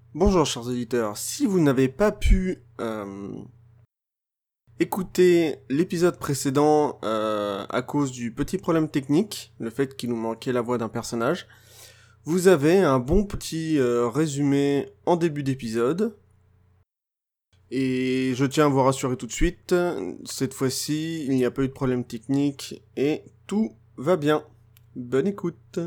Bonjour chers auditeurs, si vous n'avez pas pu écouter l'épisode précédent à cause du petit problème technique, le fait qu'il nous manquait la voix d'un personnage, vous avez un bon petit résumé en début d'épisode. Et je tiens à vous rassurer tout de suite, cette fois-ci il n'y a pas eu de problème technique et tout va bien. Bonne écoute.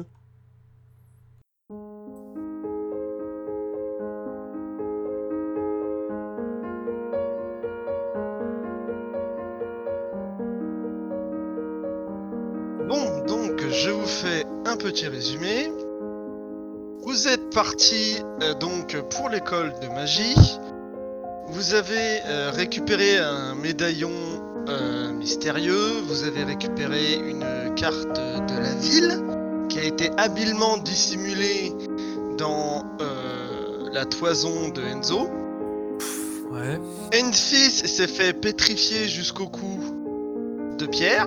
Bon, donc je vous fais un petit résumé. Vous êtes parti donc pour l'école de magie. Vous avez récupéré un médaillon mystérieux. Vous avez récupéré une carte de la ville qui a été habilement dissimulée dans la toison de Enzo. Ouais. Enfis s'est fait pétrifier jusqu'au cou de Pierre.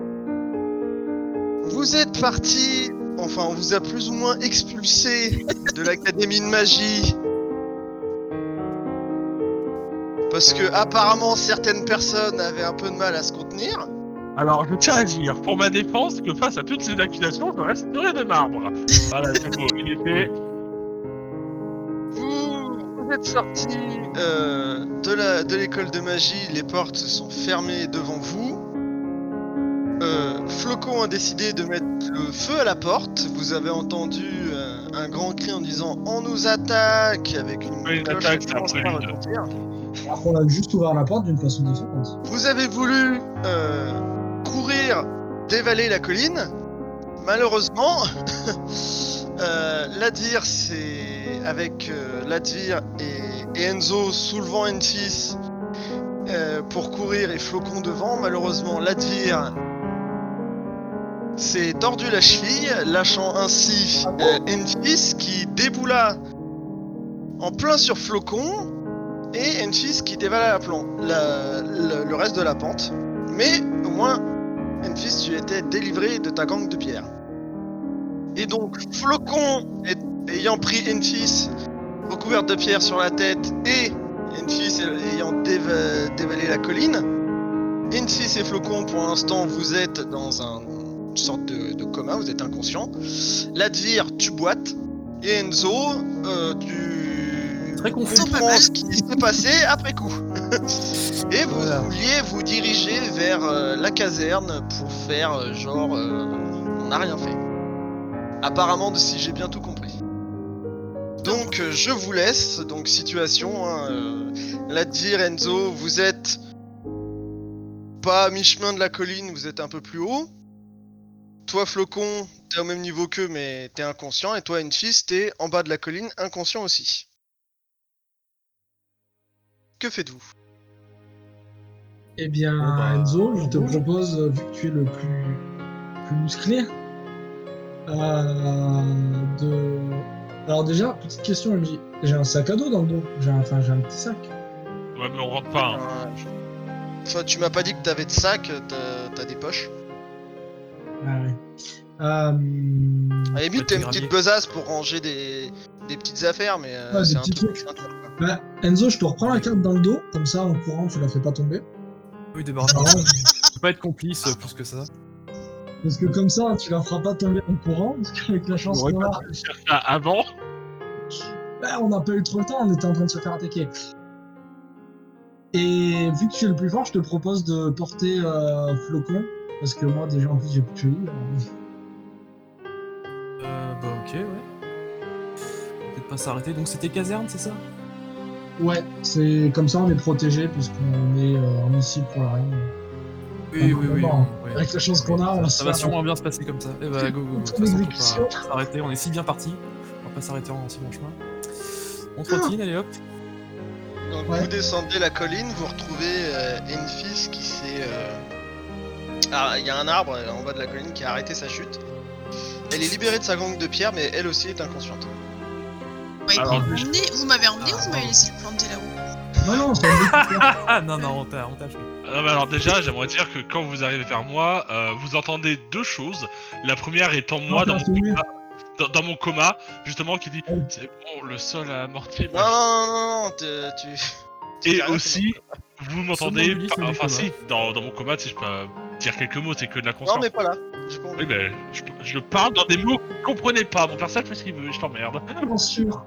Vous êtes parti, enfin on vous a plus ou moins expulsé de l'académie de magie. Parce que apparemment certaines personnes avaient un peu de mal à se contenir. Alors, je tiens à dire, pour ma défense, que face à toutes ces accusations, je resterai de marbre. Voilà, c'est beau, il était... Vous êtes sorti de l'école de magie, les portes se sont fermées devant vous. Flocon a décidé de mettre le feu à la porte. Vous avez entendu un grand cri en disant « On nous attaque !» avec une cloche attaque, qui c'est commence un à prélude. retentir. Alors qu'on a juste ouvert la porte d'une façon différente. Vous avez voulu courir, dévaler la colline. Malheureusement, Ladvir, c'est avec Ladvir et Enzo soulevant Enfis pour courir et Flocon devant. Malheureusement, Ladvir s'est tordu la cheville, lâchant ainsi Enfis qui déboula en plein sur Flocon et Enfis qui dévala le reste de la pente. Mais au moins, Enfis, tu étais délivré de ta gangue de pierre. Et donc, Flocon ayant pris Enfis recouvert de pierre sur la tête et Enfis ayant dévalé la colline, Enfis et Flocon, pour l'instant, vous êtes dans une sorte de coma, vous êtes inconscient. Ladvir, tu boites. Et Enzo, tu Très confus. comprends ce qui s'est passé après coup. Et vous vouliez vous diriger vers la caserne pour faire on n'a rien fait. Apparemment, si j'ai bien tout compris. Donc je vous laisse, donc situation, Ladvir, Enzo, vous êtes pas à mi-chemin de la colline, vous êtes un peu plus haut. Toi Flocon, t'es au même niveau qu'eux mais t'es inconscient, et toi Enfis, t'es en bas de la colline, inconscient aussi. Que faites-vous? Eh bien, Bon, bah, Enzo, je te rouge. propose, vu que tu es le plus musclé, de... Alors déjà, petite question, MJ. J'ai un sac à dos dans le dos. J'ai un petit sac. Ouais, mais on rentre pas, hein. Enfin, tu m'as pas dit que t'avais de sac, t'as des poches. Ah ouais. À la limite, t'as une gravier. petite besace pour ranger des petites affaires, mais Ouais, c'est des un petits truc. trucs. Bah, Enzo, je te reprends la carte dans le dos, comme ça, en courant, tu la fais pas tomber. Oui, débarrasse-moi. Alors, Je peux pas être complice plus que ça. parce que comme ça, tu la feras pas tomber en courant, parce qu'avec la chance J'aurais qu'on a, Faire ça avant. bah, on n'a pas eu trop le temps, on était en train de se faire attaquer. Et vu que tu es le plus fort, je te propose de porter Flocon, parce que moi, déjà, en plus, j'ai plus de cheville. Bah ok, ouais. Peut-être pas s'arrêter. Donc c'était caserne, c'est ça? Ouais, c'est comme ça, on est protégé, puisqu'on est en ici pour la reine. Oui, Donc, oui, oui. bon, Ouais. avec la chance qu'on a, on va se Ça va faire- sûrement bien se passer comme ça. Eh bah go, go, go. De toute Ton façon, faut exécution. pas s'arrêter, on est si bien parti. On va pas s'arrêter en si bon chemin. On trottine, allez hop. Donc Ouais. vous descendez la colline, vous retrouvez Enfis qui s'est... Ah, il y a un arbre en bas de la colline qui a arrêté sa chute. Elle est libérée de sa gangue de pierre, mais elle aussi est inconsciente. Ouais, Alors, vous m'avez emmené ou vous m'avez laissé le planter là-haut? Non, non, c'est un Ah non, non, on t'a acheté. Mais alors déjà, j'aimerais dire que quand vous arrivez vers moi, vous entendez deux choses. La première étant moi dans mon filmé. coma. dans mon coma, justement, qui dit c'est bon, le sol a amorti. Non, tu Et t'arrêtes, aussi, vous m'entendez, Somnambulisme du enfin coma. si, dans mon coma, si je peux dire quelques mots, c'est que de la Non, conscience. mais pas là. J'ai pas envie. Oui, ben, je parle dans des mots que vous comprenez pas. Mon personnage fait ce qu'il veut, je t'emmerde. Bien sûr.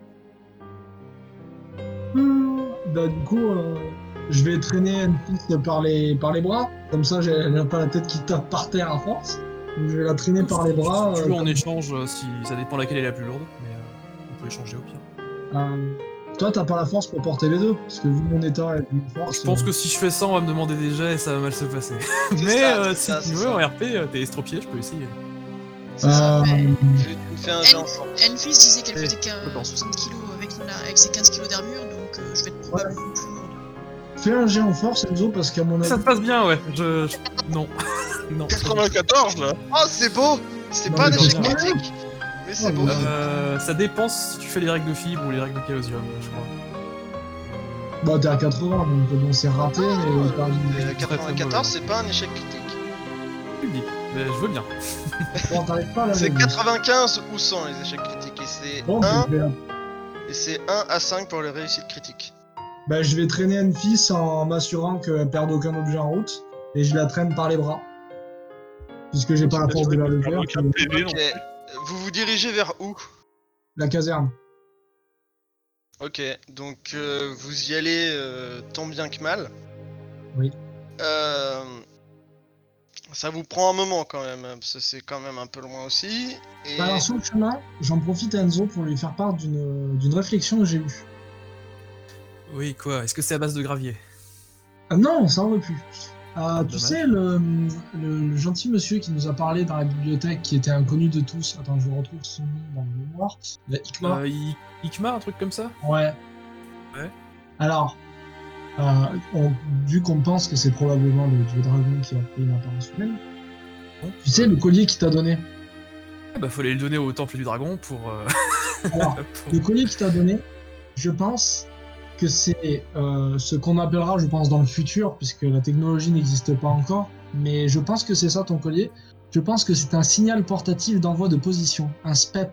Bah, du coup, je vais traîner N6 par les bras. Comme ça, j'ai pas la tête qui tape par terre à force. Donc, je vais la traîner par les bras. Si tu veux, on comme- échange si ça dépend laquelle est la plus lourde, mais on peut échanger au pire. Toi, t'as pas la force pour porter les deux. Parce que vu mon état avec ma force. Je pense que si je fais ça, on va me demander des jets et ça va mal se passer. C'est Mais ça, c'est si ça, tu c'est veux, ça. en RP, t'es estropié, je peux essayer. C'est ça. Euh, Tu me fais un jet en force. Enfis disait qu'elle Eh, faisait qu'à attends. 60 kg avec ses 15 kg d'armure, donc je vais être probablement plus lourde. Fais un jet en force, Enzo, parce qu'à mon Ça avis. te passe bien, ouais. Non. Non. 94 là. Oh, c'est beau. C'est Non, pas un mais échec c'est bien. critique. Mais c'est Oh, beau. mais- Ça dépend si tu fais les règles de fibre ou les règles de chaosium, je crois. Bah, t'es à 80, donc bon, c'est raté, mais t'as Mais très, très mauvais, 94, c'est pas un échec critique. Tu le dis, mais je veux bien. Bon, t'arrives pas à la C'est même. 95 ou 100 les échecs critiques. Et c'est Bon, 1 je vais- 1 à 5 pour les réussites critiques. Bah, je vais traîner Enfis en m'assurant qu'elle perde aucun objet en route, et je la traîne par les bras. Puisque j'ai pas la force de la lever. Aucun PV, non. Ok. Vous vous dirigez vers où? La caserne. Ok, donc vous y allez tant bien que mal. Oui. Ça vous prend un moment quand même, hein, parce que c'est quand même un peu loin aussi. Et... Alors, sur le chemin, j'en profite à Enzo pour lui faire part d'une réflexion que j'ai eue. Oui, quoi? Est-ce que c'est à base de gravier? Ah non, ça aurait pu. Tu Dommage. sais, le gentil monsieur qui nous a parlé dans la bibliothèque, qui était inconnu de tous. Attends, je retrouve son nom dans ma mémoire. La Ikma. Ikma, un truc comme ça? Ouais. Ouais. Alors, vu qu'on pense que c'est probablement le dieu dragon qui a pris une apparence humaine, Bon. tu sais, le collier qu'il t'a donné. Ah bah fallait le donner au temple du dragon pour... Alors, pour- le collier qu'il t'a donné, je pense que c'est ce qu'on appellera, je pense, dans le futur, puisque la technologie n'existe pas encore, mais je pense que c'est ça ton collier. Je pense que c'est un signal portatif d'envoi de position, un SPEP.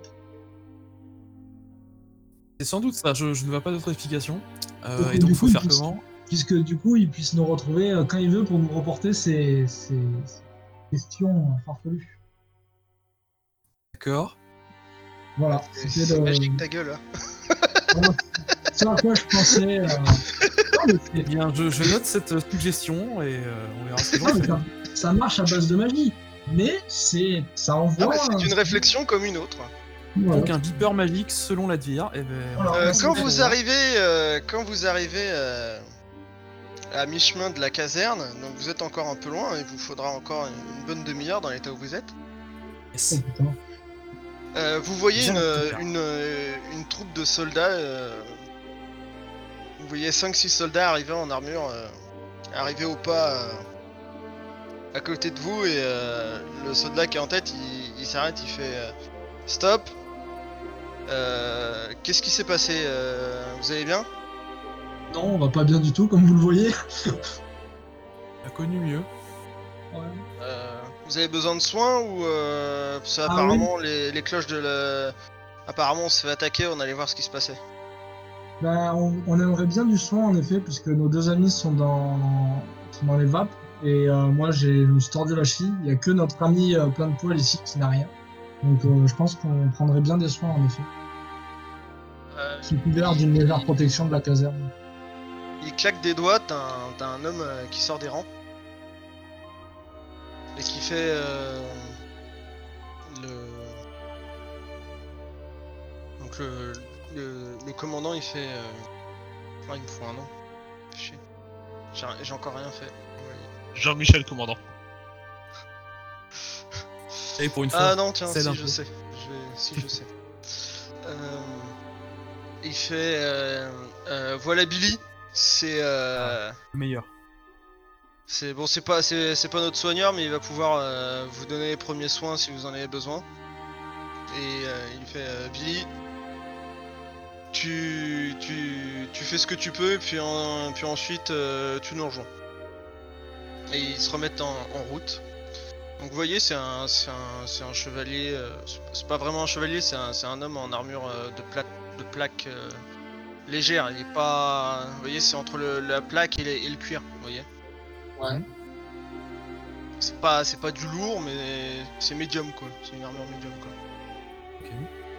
C'est sans doute ça, je ne vois pas d'autre explication. Donc, Et donc du faut coup, faire il faut- comment? Puisque du coup, il puisse nous retrouver quand il veut pour nous reporter ces questions farfelues. D'accord. Voilà, C'est c'était magique ta gueule, hein. ce à quoi je pensais. Non, mais Eh bien, je note cette suggestion et on verra ce que non, j'en mais fais. ça marche à base de magie, mais ça Ah envoie. bah, c'est une réflexion comme une autre. Voilà. Donc un beeper magique selon l'Advir, et ben... Voilà. Quand c'est vous bon. arrivez à mi-chemin de la caserne, donc vous êtes encore un peu loin, il vous faudra encore une bonne demi-heure dans l'état où vous êtes. Oh, Yes. putain. Vous voyez Bien, super. une troupe de soldats. Vous voyez 5-6 soldats arriver en armure, arriver au pas à côté de vous, et le soldat qui est en tête, il s'arrête, il fait stop. Qu'est-ce qui s'est passé? Vous allez bien? Non, on va pas bien du tout, comme vous le voyez. On a connu mieux. Vous avez besoin de soins ou parce que Ah apparemment les cloches de la... Apparemment on se fait attaquer, on allait voir ce qui se passait. Ben, on aimerait bien du soin, en effet, puisque nos deux amis sont dans les vapes. Et moi, je me suis tordu la cheville. Il n'y a que notre ami plein de poils ici qui n'a rien. Donc, je pense qu'on prendrait bien des soins, en effet. Sous couvert d'une légère protection de la caserne. Il claque des doigts, t'as un homme qui sort des rangs. Et qui fait Donc le commandant il fait ah, il me faut un nom. Chier. J'ai encore rien fait. Jean-Michel, commandant. Et pour une fois, Ah non tiens, c'est si un je peu. sais. Si je sais. Il fait voilà Billy, c'est le meilleur. c'est bon, c'est pas notre soigneur, mais il va pouvoir vous donner les premiers soins si vous en avez besoin. Et il fait Billy, tu fais ce que tu peux, puis ensuite tu nous rejoins. Et ils se remettent en route. Donc vous voyez, c'est un chevalier. C'est pas vraiment un chevalier, c'est un homme en armure de plaque légère. Il est pas. Vous voyez, c'est entre la plaque et le cuir. Vous voyez. Ouais. C'est pas du lourd, mais c'est médium quoi. C'est une armure médium quoi. Ok.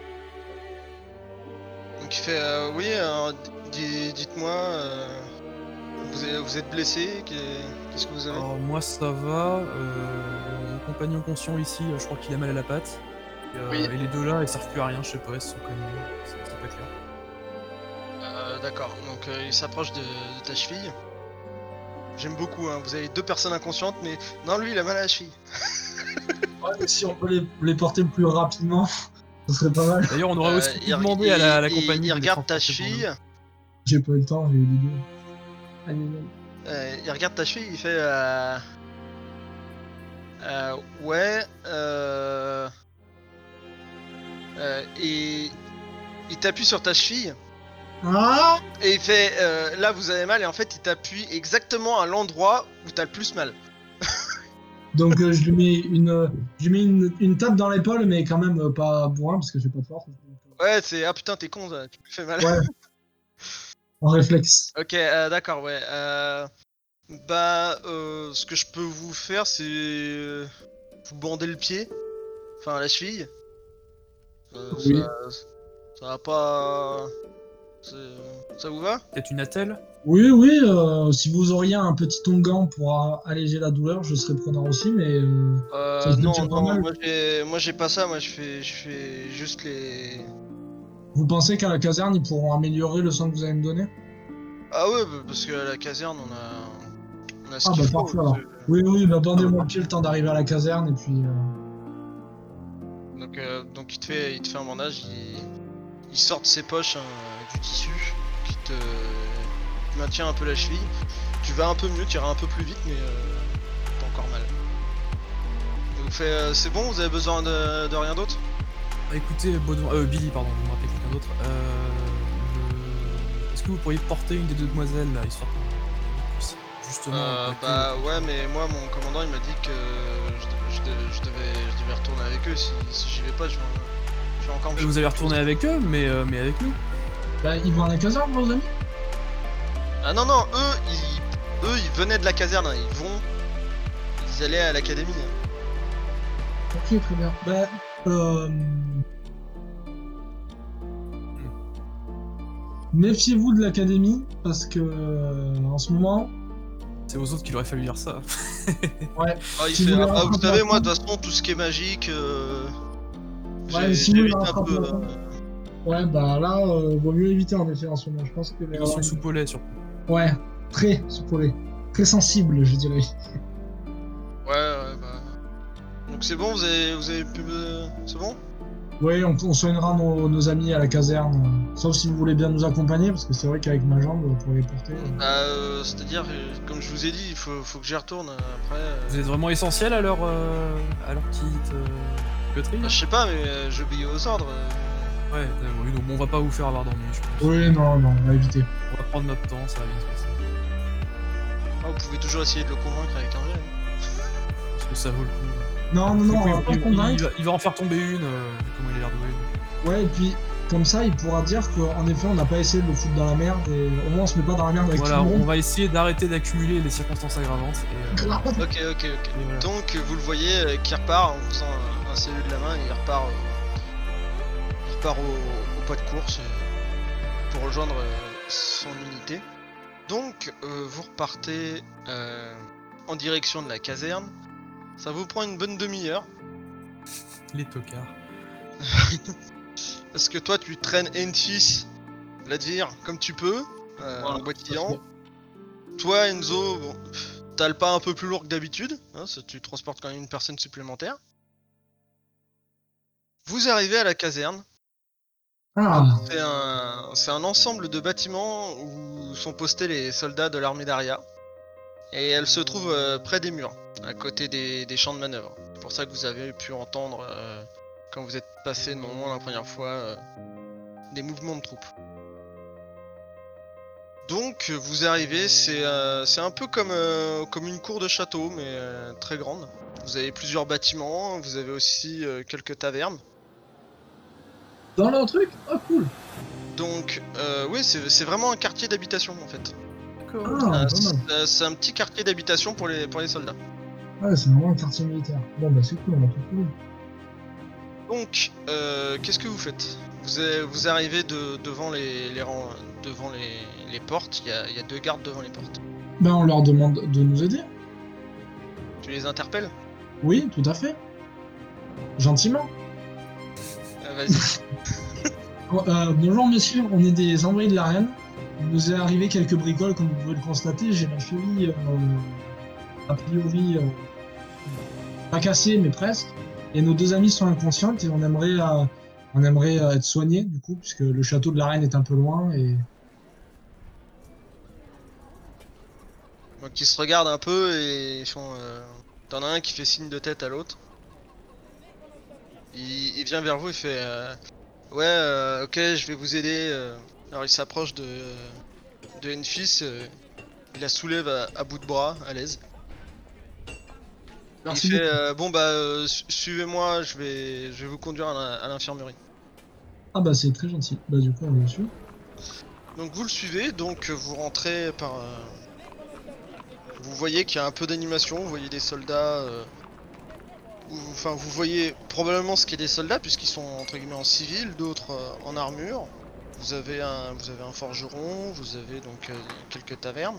Donc il fait, oui, dites-moi, vous êtes blessé, qu'est-ce que vous avez? Alors moi ça va, mon compagnon conscient ici, je crois qu'il a mal à la patte. Oui. Et les deux là, ils servent plus à rien, je sais pas, ils sont connus, c'est pas clair. D'accord, donc il s'approche de ta cheville. J'aime beaucoup, hein. Vous avez 2 personnes inconscientes, mais non, lui il a mal à la cheville. Ouais, mais si on peut les porter plus rapidement, ce serait pas mal. D'ailleurs on aurait aussi pu Il demander à la il- compagnie. il de les regarde ta transporter pour nous. cheville, J'ai pas eu le temps, j'ai eu l'idée. Allez, il regarde ta cheville, il fait ouais, et il t'appuie sur ta cheville. Ah Et il fait là vous avez mal et en fait il t'appuie exactement à l'endroit où t'as le plus mal. Donc je lui mets une tape dans l'épaule, mais quand même pas bourrin parce que j'ai pas de force. Ouais c'est ah putain t'es con ça, tu me fais mal. Ouais, en réflexe. Ok d'accord ouais. Ce que je peux vous faire c'est vous bander le pied, enfin la cheville. Oui. Ça va pas. Ça vous va? Peut-être une attelle. Oui, si vous auriez un petit onguent pour alléger la douleur, je serais preneur aussi, mais ça se Non détient pas non mal. moi j'ai pas ça, moi je fais juste les. Vous pensez qu'à la caserne, ils pourront améliorer le soin que vous allez me donner? Ah ouais parce que à la caserne on a ce Ah qu'il bah faut. parfait alors. Oui, bah bandez-moi le pied le temps d'arriver à la caserne et puis... Donc il te fait un bandage, il sort de ses poches du tissu qui te maintient un peu la cheville. Tu vas un peu mieux, tu iras un peu plus vite, mais t'as encore mal. Il vous fait c'est bon, vous avez besoin de rien d'autre? Bah, écoutez, Billy, pardon, vous me rappelez quelqu'un d'autre. Est-ce que vous pourriez porter une des deux demoiselles là, histoire qu'on puisse justement. Ouais, mais moi mon commandant il m'a dit que je devais retourner avec eux. Si j'y vais pas, je vais encore me Vous allez retourner avec eux, mais avec nous. Bah, ils vont à la caserne, vos amis? Ah non, ils venaient de la caserne, hein. Ils allaient à l'académie. Hein. Ok, très bien. Bah, méfiez-vous de l'académie, parce que en ce moment... C'est aux autres qu'il aurait fallu dire ça. Ouais, Ah, il Si fait, vous les vous rattrapez savez, à moi de temps- toute façon, tout ce qui est magique, Ouais, si vous les j'évite un rattrapez peu. à temps. Ouais, bah là, vaut mieux éviter en effet en ce moment. Je pense que... Ils sont sous lait surtout. Ouais, très soupolé. Très sensible, je dirais. Ouais, bah. Donc c'est bon, vous avez pu. C'est bon? Oui, on soignera nos amis à la caserne. Sauf si vous voulez bien nous accompagner, parce que c'est vrai qu'avec ma jambe, pour les porter... C'est-à-dire, comme je vous ai dit, il faut que j'y retourne après. Vous êtes vraiment essentiel à leur petite coterie. Je sais pas, mais j'obéis aux ordres. Ouais, oui, donc on va pas vous faire avoir d'ennui, je pense. Oui, non, on va éviter. On va prendre notre temps, ça va bien se passer. Ah, vous pouvez toujours essayer de le convaincre avec un jet. Hein. Parce que ça vaut le coup. Non, on va pas le convaincre. Il va en faire tomber une, vu comment il a l'air doué. Ouais, et puis, comme ça, il pourra dire qu'en effet, on n'a pas essayé de le foutre dans la merde, et au moins on se met pas dans la merde avec Voilà, tout le on monde. va essayer d'arrêter d'accumuler les circonstances aggravantes. Et, Ok. et voilà. Donc vous le voyez qui repart en faisant un salut de la main, il repart au pas de course pour rejoindre son unité. Donc vous repartez en direction de la caserne. Ça vous prend une bonne demi-heure. Les tocards. Parce que toi tu traînes N6, Vladimir, comme tu peux, en boitillant. Toi Enzo, bon, t'as le pas un peu plus lourd que d'habitude, hein, tu transportes quand même une personne supplémentaire. Vous arrivez à la caserne. Ah, C'est un ensemble de bâtiments où sont postés les soldats de l'armée d'Aria. Et elle se trouve près des murs, à côté des champs de manœuvre. C'est pour ça que vous avez pu entendre, quand vous êtes passé devant moi la première fois, des mouvements de troupes. Donc vous arrivez, c'est un peu comme une cour de château, mais très grande. Vous avez plusieurs bâtiments, vous avez aussi quelques tavernes. Dans leur truc? Oh cool. Donc, oui, c'est vraiment un quartier d'habitation en fait. D'accord. Ah, pas mal. C'est un petit quartier d'habitation pour les soldats. Ouais, c'est vraiment un quartier militaire. Bon, bah c'est cool, on a tout trouvé. Donc, qu'est-ce que vous faites? Vous arrivez devant devant les portes. Il y a deux gardes devant les portes. Ben, on leur demande de nous aider. Tu les interpelles? Oui, tout à fait. Gentiment. Vas-y. Bonjour messieurs, on est des envoyés de la reine. Il nous est arrivé quelques bricoles, comme vous pouvez le constater. J'ai la cheville, a priori, pas cassée, mais presque. Et nos deux amis sont inconscientes et on aimerait être soignés, du coup, puisque le château de la reine est un peu loin. Et Donc ils se regardent un peu et ils font. T'en as un qui fait signe de tête à l'autre. Il vient vers vous, il fait ouais, ok, je vais vous aider. Alors il s'approche de Enfys, il la soulève à bout de bras, à l'aise. Merci Il fait beaucoup. bon bah suivez-moi, je vais vous conduire à l'infirmerie. Ah bah c'est très gentil. Bah du coup on le suit. Donc vous le suivez, donc vous rentrez par. Vous voyez qu'il y a un peu d'animation, vous voyez des soldats. Enfin, vous voyez probablement ce qu'est des soldats, puisqu'ils sont entre guillemets en civil, d'autres en armure. Vous avez un forgeron, vous avez donc quelques tavernes.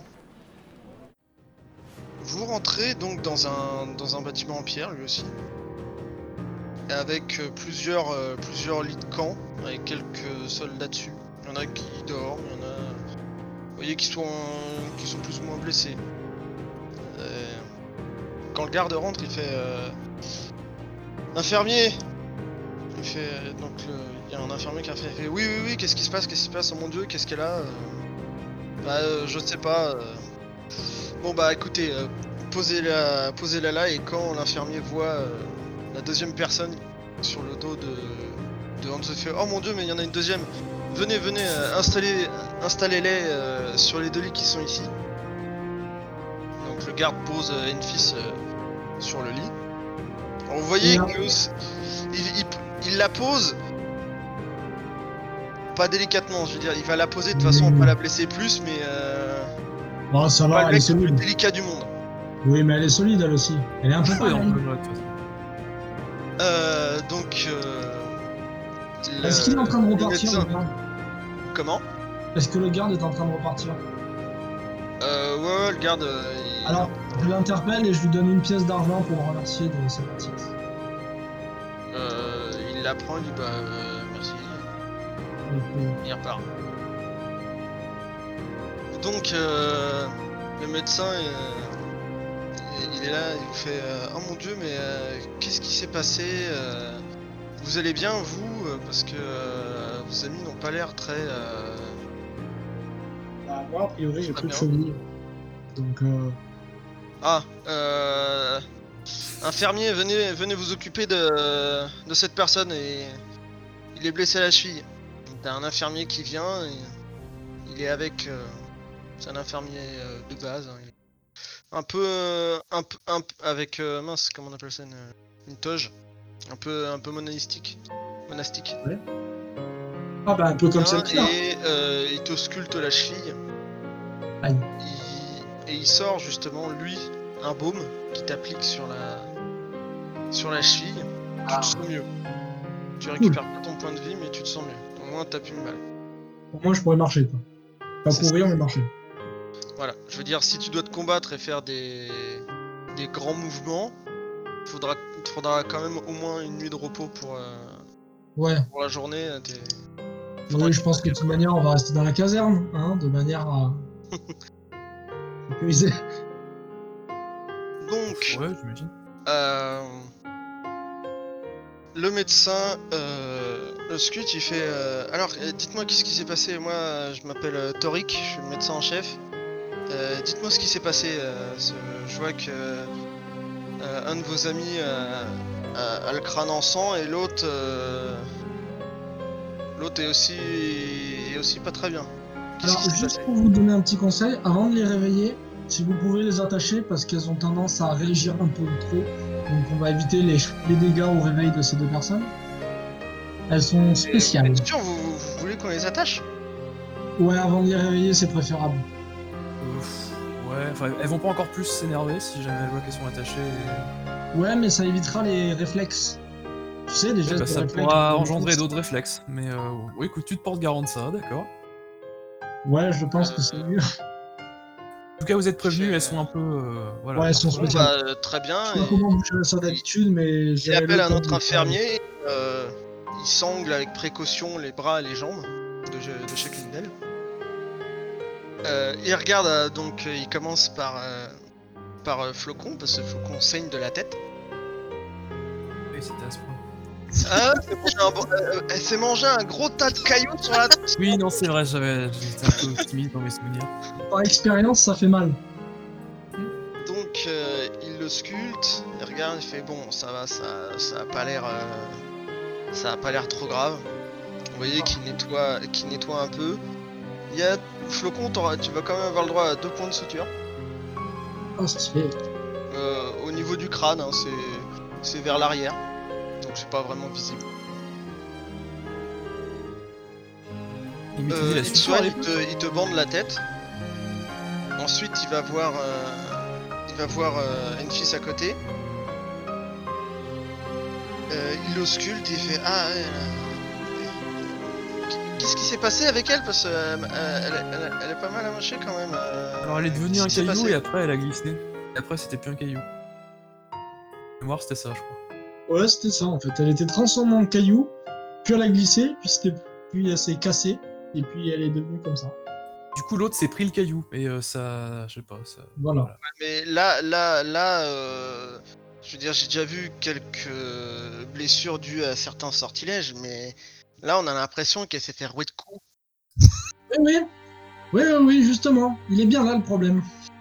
Vous rentrez donc dans un bâtiment en pierre, lui aussi, avec plusieurs lits de camp, avec quelques soldats dessus. Il y en a qui dorment, il y en a, vous voyez, qui sont plus ou moins blessés. Quand le garde rentre, il fait infirmier. Il fait donc il y a un infirmier qui a fait oui, qu'est-ce qui se passe, oh mon dieu, qu'est-ce qu'elle a je sais pas. Bon bah écoutez, posez-la là, et quand l'infirmier voit la deuxième personne sur le dos de Hans, il fait oh mon dieu, mais il y en a une deuxième. Venez, installez-les sur les deux lits qui sont ici. Donc le garde pose Enfys sur le lit. Alors, vous voyez que il la pose pas délicatement, je veux dire, il va la poser de façon à pas la blesser plus, mais Bon, ça pas va, le elle est mec le plus solide. délicat du monde. Oui, mais elle est solide elle aussi. Elle est un peu Ouais, pareille. on peut le- de toute façon. Donc Est-ce qu'il est en train de le repartir médecin- le garde? Comment? Est-ce que le garde est en train de repartir? Ouais, le garde Alors, je l'interpelle et je lui donne une pièce d'argent pour le remercier de sa gentillesse. il la prend, il dit bah merci, il repart. Donc le médecin il est là, il vous fait oh mon dieu, mais qu'est-ce qui s'est passé, vous allez bien vous, parce que vos amis n'ont pas l'air très Bah, moi, a priori, j'ai Très plus de bien. cheville. Donc, infirmier, venez vous occuper de cette personne, et il est blessé à la cheville. Donc, t'as un infirmier qui vient, et il est avec c'est un infirmier de base, hein. Il est un peu avec mince, comment on appelle ça, une toge un peu monastique. ah bah, un peu comme Vient celle-ci. Hein. et il t'ausculte la cheville. Aïe. Et il sort justement, lui, un baume qui t'applique sur la cheville. Tu te sens mieux. Tu récupères pas ton point de vie, mais tu te sens mieux. Au moins t'as plus mal. Au moins, je pourrais marcher, quoi. Pas C'est courir, mais marcher. Voilà, je veux dire, si tu dois te combattre et faire des grands mouvements, il te faudra quand même au moins une nuit de repos pour Ouais. la journée. Oui, je pense que de toute manière, on va rester dans la caserne, hein, de manière à sécuriser. Donc, Ouais, j'imagine. le médecin, le scut, il fait alors, dites-moi qu'est-ce qui s'est passé. Moi, je m'appelle Torik, je suis le médecin en chef. Dites-moi ce qui s'est passé. Je vois que un de vos amis a le crâne en sang, et l'autre est aussi pas très bien. Qu'est-ce Alors, qui s'est juste passé? pour vous donner un petit conseil, avant de les réveiller, si vous pouvez les attacher, parce qu'elles ont tendance à réagir un peu trop, Donc on va éviter les dégâts au réveil de ces deux personnes. Elles sont spéciales. Bien sûr, vous voulez qu'on les attache? Ouais, avant de les réveiller, c'est préférable. Ouais, enfin, elles vont pas encore plus s'énerver si jamais elles voient qu'elles sont attachées. Ouais, mais ça évitera les réflexes. Tu sais, des gestes de Ça réflexe. pourra engendrer d'autres réflexes. Mais oui, écoute, tu te portes garant de ça, d'accord. Ouais, je pense que c'est mieux. En tout cas, vous êtes prévenus, elles sont un peu. Voilà. Ouais, elles sont Bon, spéciales. bah, très bien. Je sais pas comment vous gérez ça d'habitude, mais Il j'ai appelle un autre infirmier. Il sangle avec précaution les bras et les jambes de chacune d'elles. Il regarde, donc il commence par Flocon, parce que Flocon saigne de la tête. Oui, c'était à ce point. Ah, elle s'est mangé un gros tas de cailloux sur la tête. Oui, non, c'est vrai, j'étais un peu optimiste dans mes souvenirs. Par expérience, ça fait mal. Donc il le sculpte, il regarde, il fait bon, ça va, ça a pas l'air, ça a pas l'air trop grave. Vous voyez qu'il nettoie un peu. Il y a Flocon, tu vas quand même avoir le droit à 2 points de suture. Oh, ça se fait. Au niveau du crâne, hein, c'est vers l'arrière, donc c'est pas vraiment visible. Il m'utilise la Il te suture, soigne, elle est il te bande la tête. Ensuite, il va voir Enfys à côté. Il l'ausculte, il fait ah. Qu'est-ce qui s'est passé avec elle? Parce qu'elle est pas mal amochée quand même. Alors elle est devenue un qu'est-ce qui s'est caillou passé et après elle a glissé. Et après c'était plus un caillou. Mémoire c'était ça je crois. Ouais, c'était ça en fait. Elle était transformée en caillou, puis elle a glissé, puis elle s'est cassée, et puis elle est devenue comme ça. Du coup l'autre s'est pris le caillou et ça, je sais pas, ça... Voilà. Mais là, je veux dire, j'ai déjà vu quelques blessures dues à certains sortilèges, mais là on a l'impression qu'elle s'est fait rouer de coups. Oui, justement. Il est bien là le problème.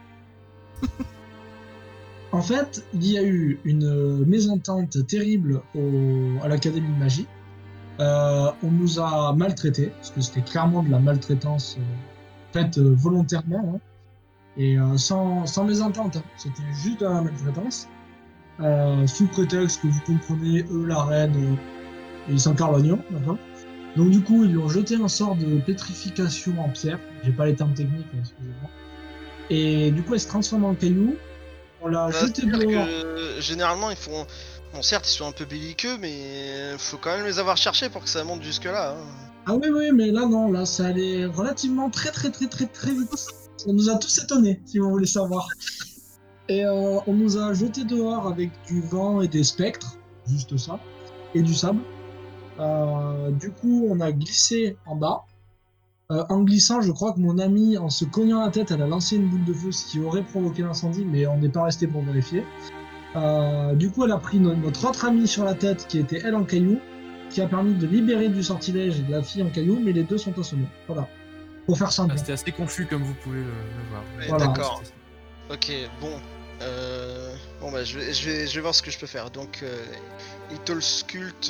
En fait, il y a eu une mésentente terrible à l'Académie de Magie. On nous a maltraités, parce que c'était clairement de la maltraitance faite volontairement, hein, et sans mésentente. Hein. C'était juste de la maltraitance. Sous prétexte que vous comprenez, eux, la reine, ils sont l'oignon, d'accord. Donc du coup, ils lui ont jeté un sort de pétrification en pierre. J'ai pas les termes techniques, excusez-moi. Et du coup, elle se transforme en caillou. On l'a jeté dehors. Généralement, ils font. Bon, certes, ils sont un peu belliqueux, mais faut quand même les avoir cherchés pour que ça monte jusque-là. Hein. Ah oui, mais là non, là ça allait relativement très vite. Ça nous a tous étonnés, si vous voulez savoir. Et on nous a jetés dehors avec du vent et des spectres, juste ça, et du sable. Du coup, on a glissé en bas. En glissant, je crois que mon amie, en se cognant la tête, elle a lancé une boule de feu, ce qui aurait provoqué l'incendie, mais on n'est pas resté pour vérifier. Du coup, elle a pris notre autre amie sur la tête, qui était elle en caillou, qui a permis de libérer du sortilège de la fille en caillou, mais les deux sont assommés. Voilà. Pour faire simple. Ah, c'était assez confus comme vous pouvez le voir. Ouais, Voilà. d'accord. Ok, bon. Bon bah je vais voir ce que je peux faire. Donc il te le sculpte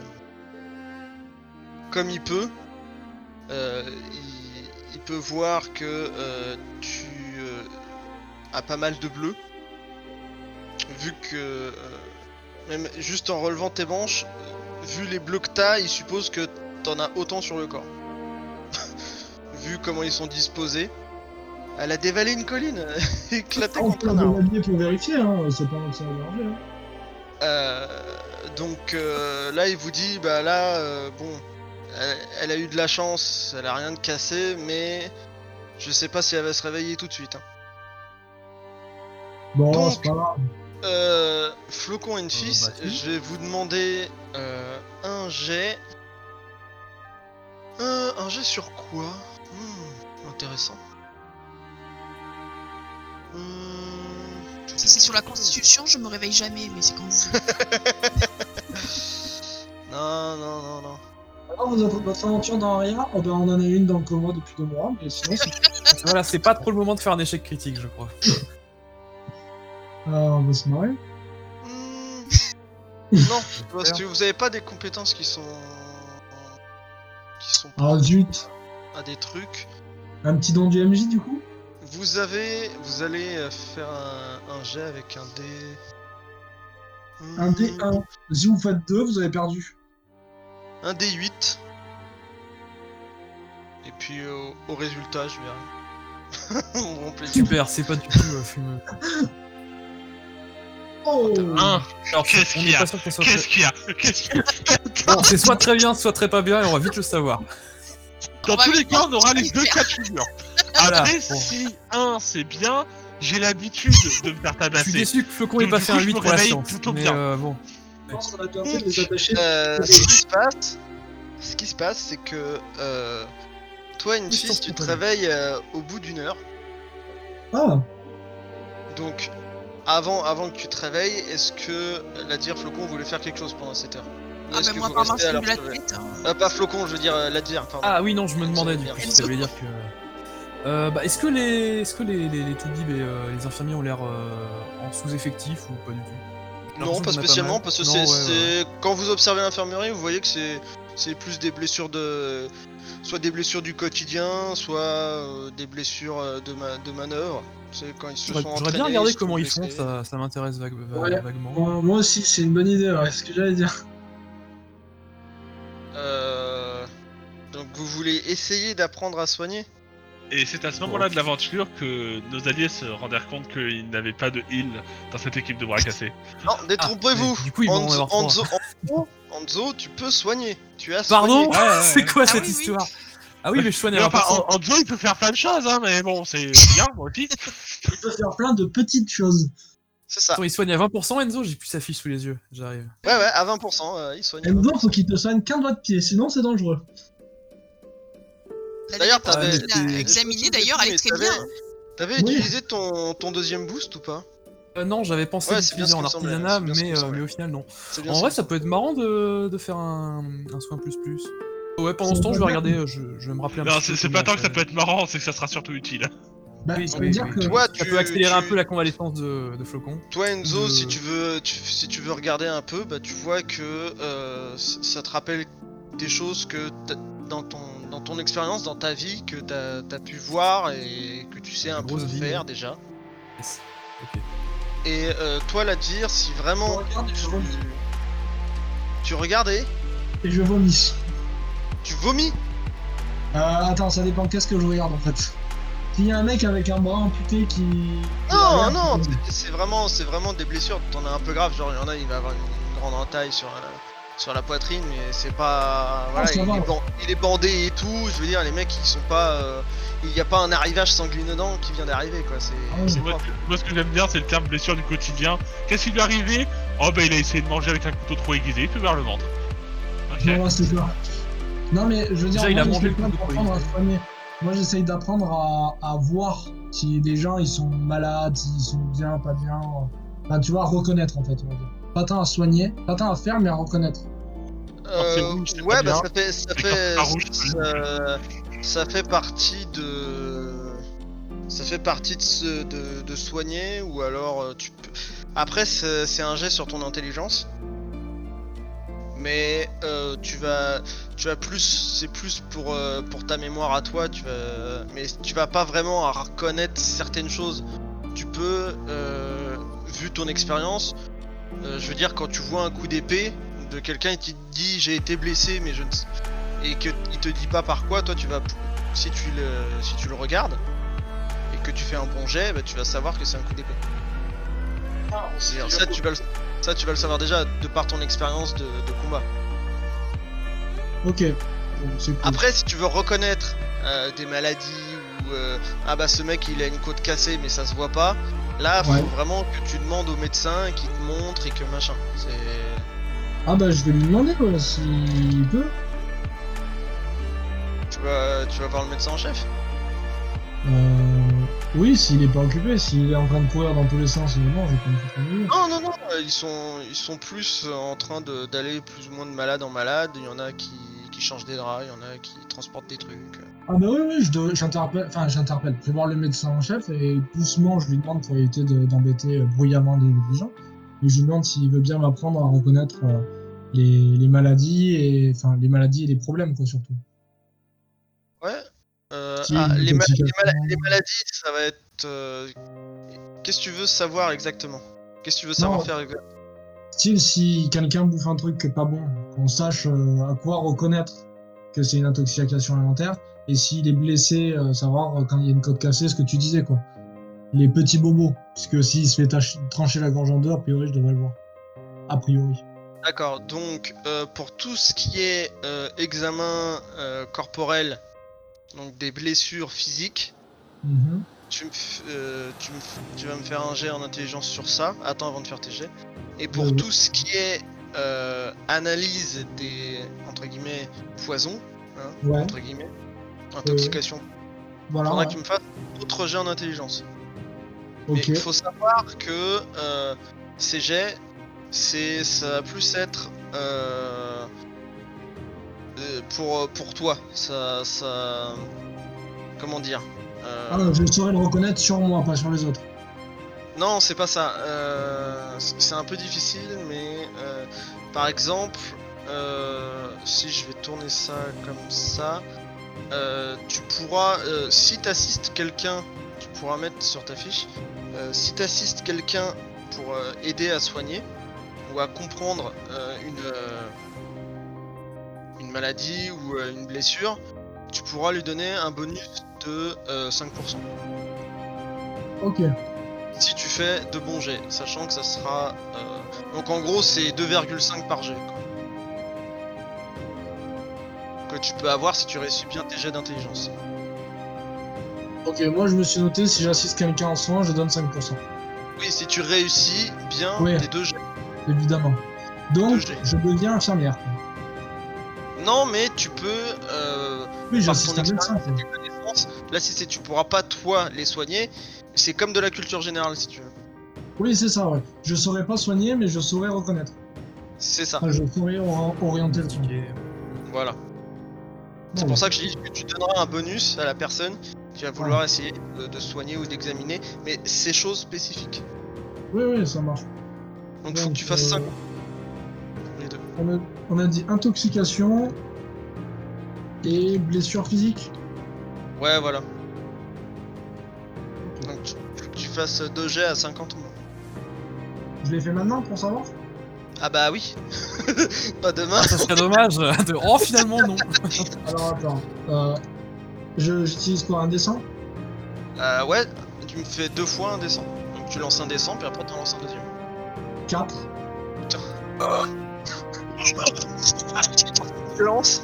comme il peut. Il peut voir que tu as pas mal de bleu. Vu que même juste en relevant tes manches, vu les bleus que t'as, il suppose que t'en as autant sur le corps. Vu comment ils sont disposés. Elle a dévalé une colline, éclaté On contre peut un arbre. l'habiller pour vérifier, hein. C'est pas ça va arranger. Hein. Donc là il vous dit bah là bon elle a eu de la chance, elle a rien de cassé, mais je sais pas si elle va se réveiller tout de suite. Hein. Bon, Donc, c'est pas grave. Flocon Enfys, bah, je vais vous demander un jet. Un jet sur quoi? Intéressant. Si c'est sur la constitution, je me réveille jamais, mais c'est quand vous. Non. Alors, votre aventure dans Aria, oh ben, on en a une dans le coma depuis 2 mois, mais sinon c'est... Voilà, c'est pas trop le moment de faire un échec critique, je crois. On va se marrer. Non, parce que vous avez pas des compétences qui sont Ah zut. à des trucs. Un petit don du MJ du coup. Vous allez faire un jet avec un dé. Un D1. Si vous faites 2, vous avez perdu. Un D8. Et puis au résultat, je verrai. Mon plaisir. Super, c'est pas du tout fumeux. Oh Hein, Alors, Qu'est-ce on qu'il y est a pas sûr que ça soit Qu'est-ce qu'il y a Qu'est-ce qu'il y a Bon, c'est soit très bien, soit très pas bien, et on va vite le savoir. Dans On va tous les vite cas, on aura les vite deux faire. cas de figure. Voilà, Après, bon. si un c'est bien, j'ai l'habitude de me faire Je tabasser. suis déçu que Flocon ait Donc, pas du fait coup, un je 8 me pour la réveille science. plutôt Mais bien. bon. Je pense qu'on a bien fait de les attacher. Ce qui se passe, c'est que toi, une Question fille, tu te spontanée. réveilles au bout d'une heure. Ah, Donc, avant que tu te réveilles, est-ce que la dire Flocon voulait faire quelque chose pendant cette heure? Ou Ah est-ce bah que moi vous par restez à l'instant l'heure de la tête. Pas Flocon, je veux dire la dire, pardon. Ah oui, non, je me demandais du bien. coup si ça voulait dire que. Bah, est-ce que les Toubib et les infirmiers ont l'air en sous-effectif ou pas du tout? J'ai Non, l'impression pas qu'il y en a spécialement, mal. parce que Non, c'est quand vous observez l'infirmerie, vous voyez que c'est plus des blessures soit des blessures du quotidien, soit des blessures de manœuvre. C'est quand ils se sont J'aurais entraînés. bien regardé se sont comment ils font, blessés. ça m'intéresse Ouais. vaguement. moi aussi, c'est une bonne idée, ouais, c'est ce que j'allais dire. Donc vous voulez essayer d'apprendre à soigner? Et c'est à ce moment-là de l'aventure que nos alliés se rendirent compte qu'ils n'avaient pas de heal dans cette équipe de bras cassés. Non, détrompez-vous. mais du coup, ils vont en avoir Anzo, tu peux soigner. Tu as Pardon soigné. Ouais. C'est quoi Ah cette oui, oui. histoire? Ah oui, mais je soigne Mais à enfin, 20%. Anzo, il peut faire plein de choses, hein, mais bon, c'est bien, moi aussi. Il peut faire plein de petites choses. C'est ça. Attends, il soigne à 20% Enzo? J'ai plus sa fiche sous les yeux, j'arrive. Ouais, à 20%, il soigne. à Enzo, 20%. faut qu'il te soigne qu'un doigt de pied, sinon c'est dangereux. D'ailleurs, parce t'avais- qu'il a examiné d'ailleurs, elle est très bien. T'avais Oui. utilisé ton deuxième boost ou pas? Non, j'avais pensé Ouais, c'est bien l'utiliser ce en qui me semblait, artisanat, c'est bien ce qui me semblait. mais au final, non. C'est bien En ça. vrai, ça peut être marrant de faire un soin plus plus. Ouais, pendant ce temps, je vais regarder, je vais me rappeler un Non, petit peu. c'est pas tant que ça peut être marrant, c'est que ça sera surtout utile. Bah, Oui, ça oui, veut dire oui. que. Toi, Ça peut accélérer un peu la convalescence de Flocon. Toi, Enzo, de- si tu veux regarder un peu, bah tu vois que ça te rappelle des choses que dans ton expérience, dans ta vie, que t'as pu voir et que tu sais un peu Grosse vie, faire ouais. déjà. Yes. Ok. Et toi, la dire, si vraiment Regarde, je vomis. tu regardais, Et je vomis. tu vomis. Attends, ça dépend qu'est-ce que je regarde en fait. S'il y a un mec avec un bras amputé qui. Non, c'est vraiment des blessures. T'en as un peu grave, genre il y en a, il va avoir une grande entaille sur la poitrine, mais c'est pas. Voilà, ça va. il est bandé et tout. Je veux dire, les mecs, ils sont pas. Il n'y a pas un arrivage sanguinolent qui vient d'arriver, quoi. C'est Moi, propre. ce que j'aime bien, c'est le terme blessure du quotidien. Qu'est-ce qui lui est arrivé? Oh, bah, il a essayé de manger avec un couteau trop aiguisé, il peut vers le ventre. Ok. Non, c'est ça. Non, mais je veux dire, Déjà, il a moi, mangé j'essaie le pas couteau, d'apprendre à il- soigner. Moi, j'essaye d'apprendre à voir si des gens ils sont malades, s'ils sont bien, pas bien. Enfin, tu vois, à reconnaître en fait, on va dire. Pas tant à soigner, pas tant à faire, mais à reconnaître. c'est rouge, c'est Ouais, pas bah bien. ça fait partie de. Ça fait partie de soigner, ou alors tu peux. Après, c'est un jet sur ton intelligence. Mais tu vas plus, c'est plus pour ta mémoire à toi. Mais tu vas pas vraiment à reconnaître certaines choses. Tu peux, vu ton expérience, je veux dire, quand tu vois un coup d'épée de quelqu'un et qui te dit j'ai été blessé, mais je ne sais- et que il te dit pas par quoi, toi tu vas, si tu le regardes et que tu fais un bon jet, bah, tu vas savoir que c'est un coup d'épée. C'est-à-dire, ça tu vas le savoir déjà de par ton expérience de combat. Ok. Bon, c'est cool. Après, si tu veux reconnaître des maladies ou ah bah ce mec il a une côte cassée mais ça se voit pas, là faut Ouais. vraiment que tu demandes au médecin qui te montre et que machin. C'est Ah bah, je vais lui demander ouais, s'il peut. tu vas voir le médecin en chef. Oui, s'il est pas occupé, s'il est en train de courir dans tous les sens, non, je vais pas me foutre en milieu. Non, ils sont plus en train d'aller plus ou moins de malade en malade. Il y en a qui changent des draps, il y en a qui transportent des trucs. Ah bah oui, j'interpelle, je vais voir le médecin en chef et doucement je lui demande pour éviter d'embêter bruyamment les gens. Et je lui demande s'il veut bien m'apprendre à reconnaître les maladies et les maladies et les problèmes quoi surtout. Ouais. Si, Les intoxication. maladies, ça va être. Qu'est-ce que tu veux savoir exactement? Qu'est-ce que tu veux savoir Non. faire exactement? Style, si quelqu'un bouffe un truc qui est pas bon, qu'on sache à quoi reconnaître que c'est une intoxication alimentaire, et s'il est blessé, savoir quand il y a une côte cassée, ce que tu disais, quoi. Les petits bobos, parce que s'il se fait trancher la gorge en deux, a priori, je devrais le voir. A priori. D'accord, donc pour tout ce qui est examen corporel, donc des blessures physiques, Mhm. tu vas me faire un jet en intelligence sur ça. Attends avant de faire tes jets. Et pour Oui. tout ce qui est analyse des entre guillemets poisons, hein, Ouais. entre guillemets, intoxication, Voilà. faudra Ouais. qu'il me fasse d'autres jets en intelligence. Ok. Mais il faut savoir que ces jets, ça va plus être pour toi. Ça, comment dire Ah, je saurais le reconnaître sur moi, pas sur les autres. Non, c'est pas ça. C'est un peu difficile, mais par exemple, si je vais tourner ça comme ça, tu pourras, si t'assistes quelqu'un, tu pourras mettre sur ta fiche, si t'assistes quelqu'un pour aider à soigner ou à comprendre une maladie ou une blessure, tu pourras lui donner un bonus de 5%. Ok. Si tu fais de bons jets, sachant que ça sera... Donc en gros c'est 2,5 par jet. Que tu peux avoir si tu réussis bien tes jets d'intelligence. Ok, moi je me suis noté, si j'assiste quelqu'un en soin, je donne 5%. Oui, si tu réussis bien Oui. tes 2 jets. Évidemment. Donc, G. je deviens infirmière. Non, mais tu peux... Oui, par j'assiste ton un médecin. expérience et tes connaissances, là si tu pourras pas toi les soigner, c'est comme de la culture générale si tu veux. Oui, c'est ça, ouais. Je saurais pas soigner, mais je saurais reconnaître. C'est ça, Enfin, je saurais orienter le soin. voilà. C'est Bon, pour ça que je dis que tu donneras un bonus à la personne qui va vouloir essayer de soigner ou d'examiner, mais c'est choses spécifiques. Oui, ça marche. Donc faut que tu fasses 5 les deux. On a dit intoxication et blessure physique. Ouais, voilà. Donc faut que tu fasses 2 jets à 50 ou moins. Je l'ai fait maintenant pour savoir. Ah bah oui. Pas demain. Ça serait dommage. Oh, finalement, non. Alors attends. J'utilise quoi, un dessin? Ouais, tu me fais 2 fois un descend. Donc tu lances un descend, puis après tu en lances un deuxième. 4. Tu lances.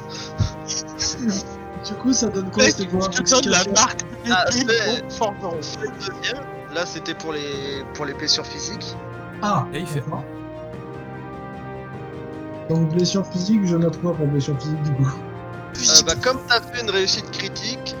Du coup, ça donne quoi? C'était pour Je te donne la l'intoxication. marque. Ah, Une c'est- fort bon. Le deuxième, là c'était pour les blessures physiques. Ah, Et il fait d'accord. Donc blessure physique, je note quoi pour blessure physique du coup? Plus Bah, comme t'as fait une réussite critique,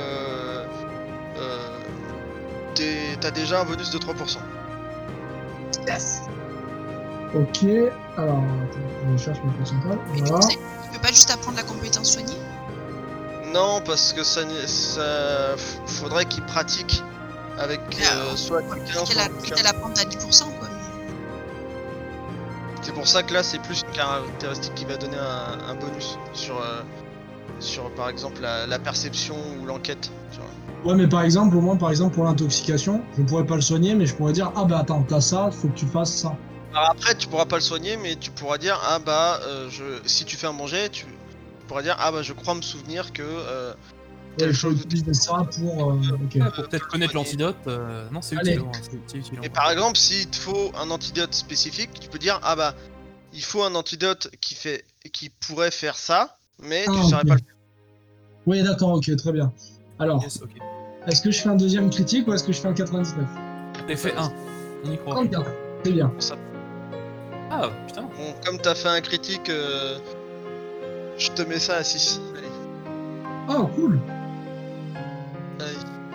t'as déjà un bonus de 3%. Yes. Ok, alors attends, je cherche mon pourcentage. Mais du Voilà. coup, il peut pas juste apprendre la compétence soignée. Non, parce que ça faudrait qu'il pratique avec soit quelqu'un, soit quelqu'un. Quitte à la prendre à 10%, quoi. Mais... C'est pour ça que là c'est plus une caractéristique qui va donner un bonus sur par exemple la perception ou l'enquête. tu vois. Ouais, mais par exemple, au moins, par exemple, pour l'intoxication, je pourrais pas le soigner, mais je pourrais dire, ah bah attends, t'as ça, faut que tu fasses ça. Alors après tu pourras pas le soigner, mais tu pourras dire ah bah si tu fais un manger, tu pourras dire ah bah je crois me souvenir que telle Ouais, je peux chose. utiliser ça pour. Ok. Pour peut-être connaître l'antidote. Non, c'est Allez. utile. Hein, c'est utile. Et par exemple, s'il te faut un antidote spécifique, tu peux dire ah bah il faut un antidote qui pourrait faire ça, mais Ah, tu saurais ok. pas le faire. Oui, d'accord, ok, très bien. Alors, Yes, ok. est-ce que je fais un deuxième critique ou est-ce que je fais un 99? T'as fait 1. On y croit. 34, c'est bien. Ah, putain. Bon, comme t'as fait un critique, je te mets ça à 6. Allez, Ah, cool. allez.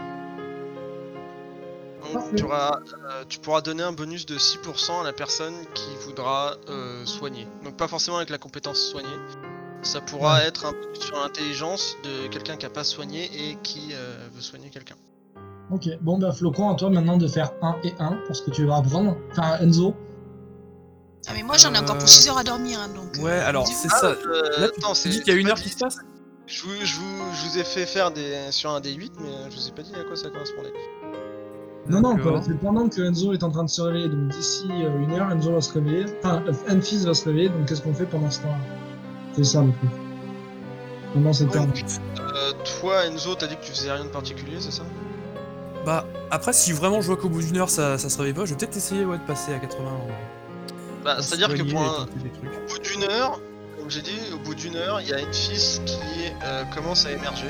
Donc, Parfait. tu pourras donner un bonus de 6% à la personne qui voudra soigner. Donc pas forcément avec la compétence soigner. Ça pourra Ouais. être un bonus sur l'intelligence de quelqu'un qui a pas soigné et qui veut soigner quelqu'un. Ok, bon bah Flocon, à toi maintenant de faire 1 et 1 pour ce que tu vas apprendre. Enfin, Enzo. Ah, mais moi, j'en ai encore pour 6 heures à dormir, hein, donc... Ouais, alors dis-moi. c'est ça. Là, tu attends, tu dis qu'il y a une heure qui se passe. Je vous ai fait faire sur un D8, mais je vous ai pas dit à quoi ça correspondait. Non, non, D'accord. c'est pendant que Enzo est en train de se réveiller. Donc d'ici 1 heure, Enzo va se réveiller. Enfin, Enfys va se réveiller. Donc qu'est-ce qu'on fait pendant ce temps-là? C'est ça le truc. Pendant ce temps. Toi, Enzo, t'as dit que tu faisais rien de particulier, c'est ça? Bah, après, si vraiment je vois qu'au bout d'une heure ça se réveille pas, je vais peut-être essayer de passer à 80 en Bah, c'est-à-dire que soigner pour et un... tenter des trucs. au bout d'une heure, comme j'ai dit, au bout d'une heure, il y a une fils qui commence à émerger.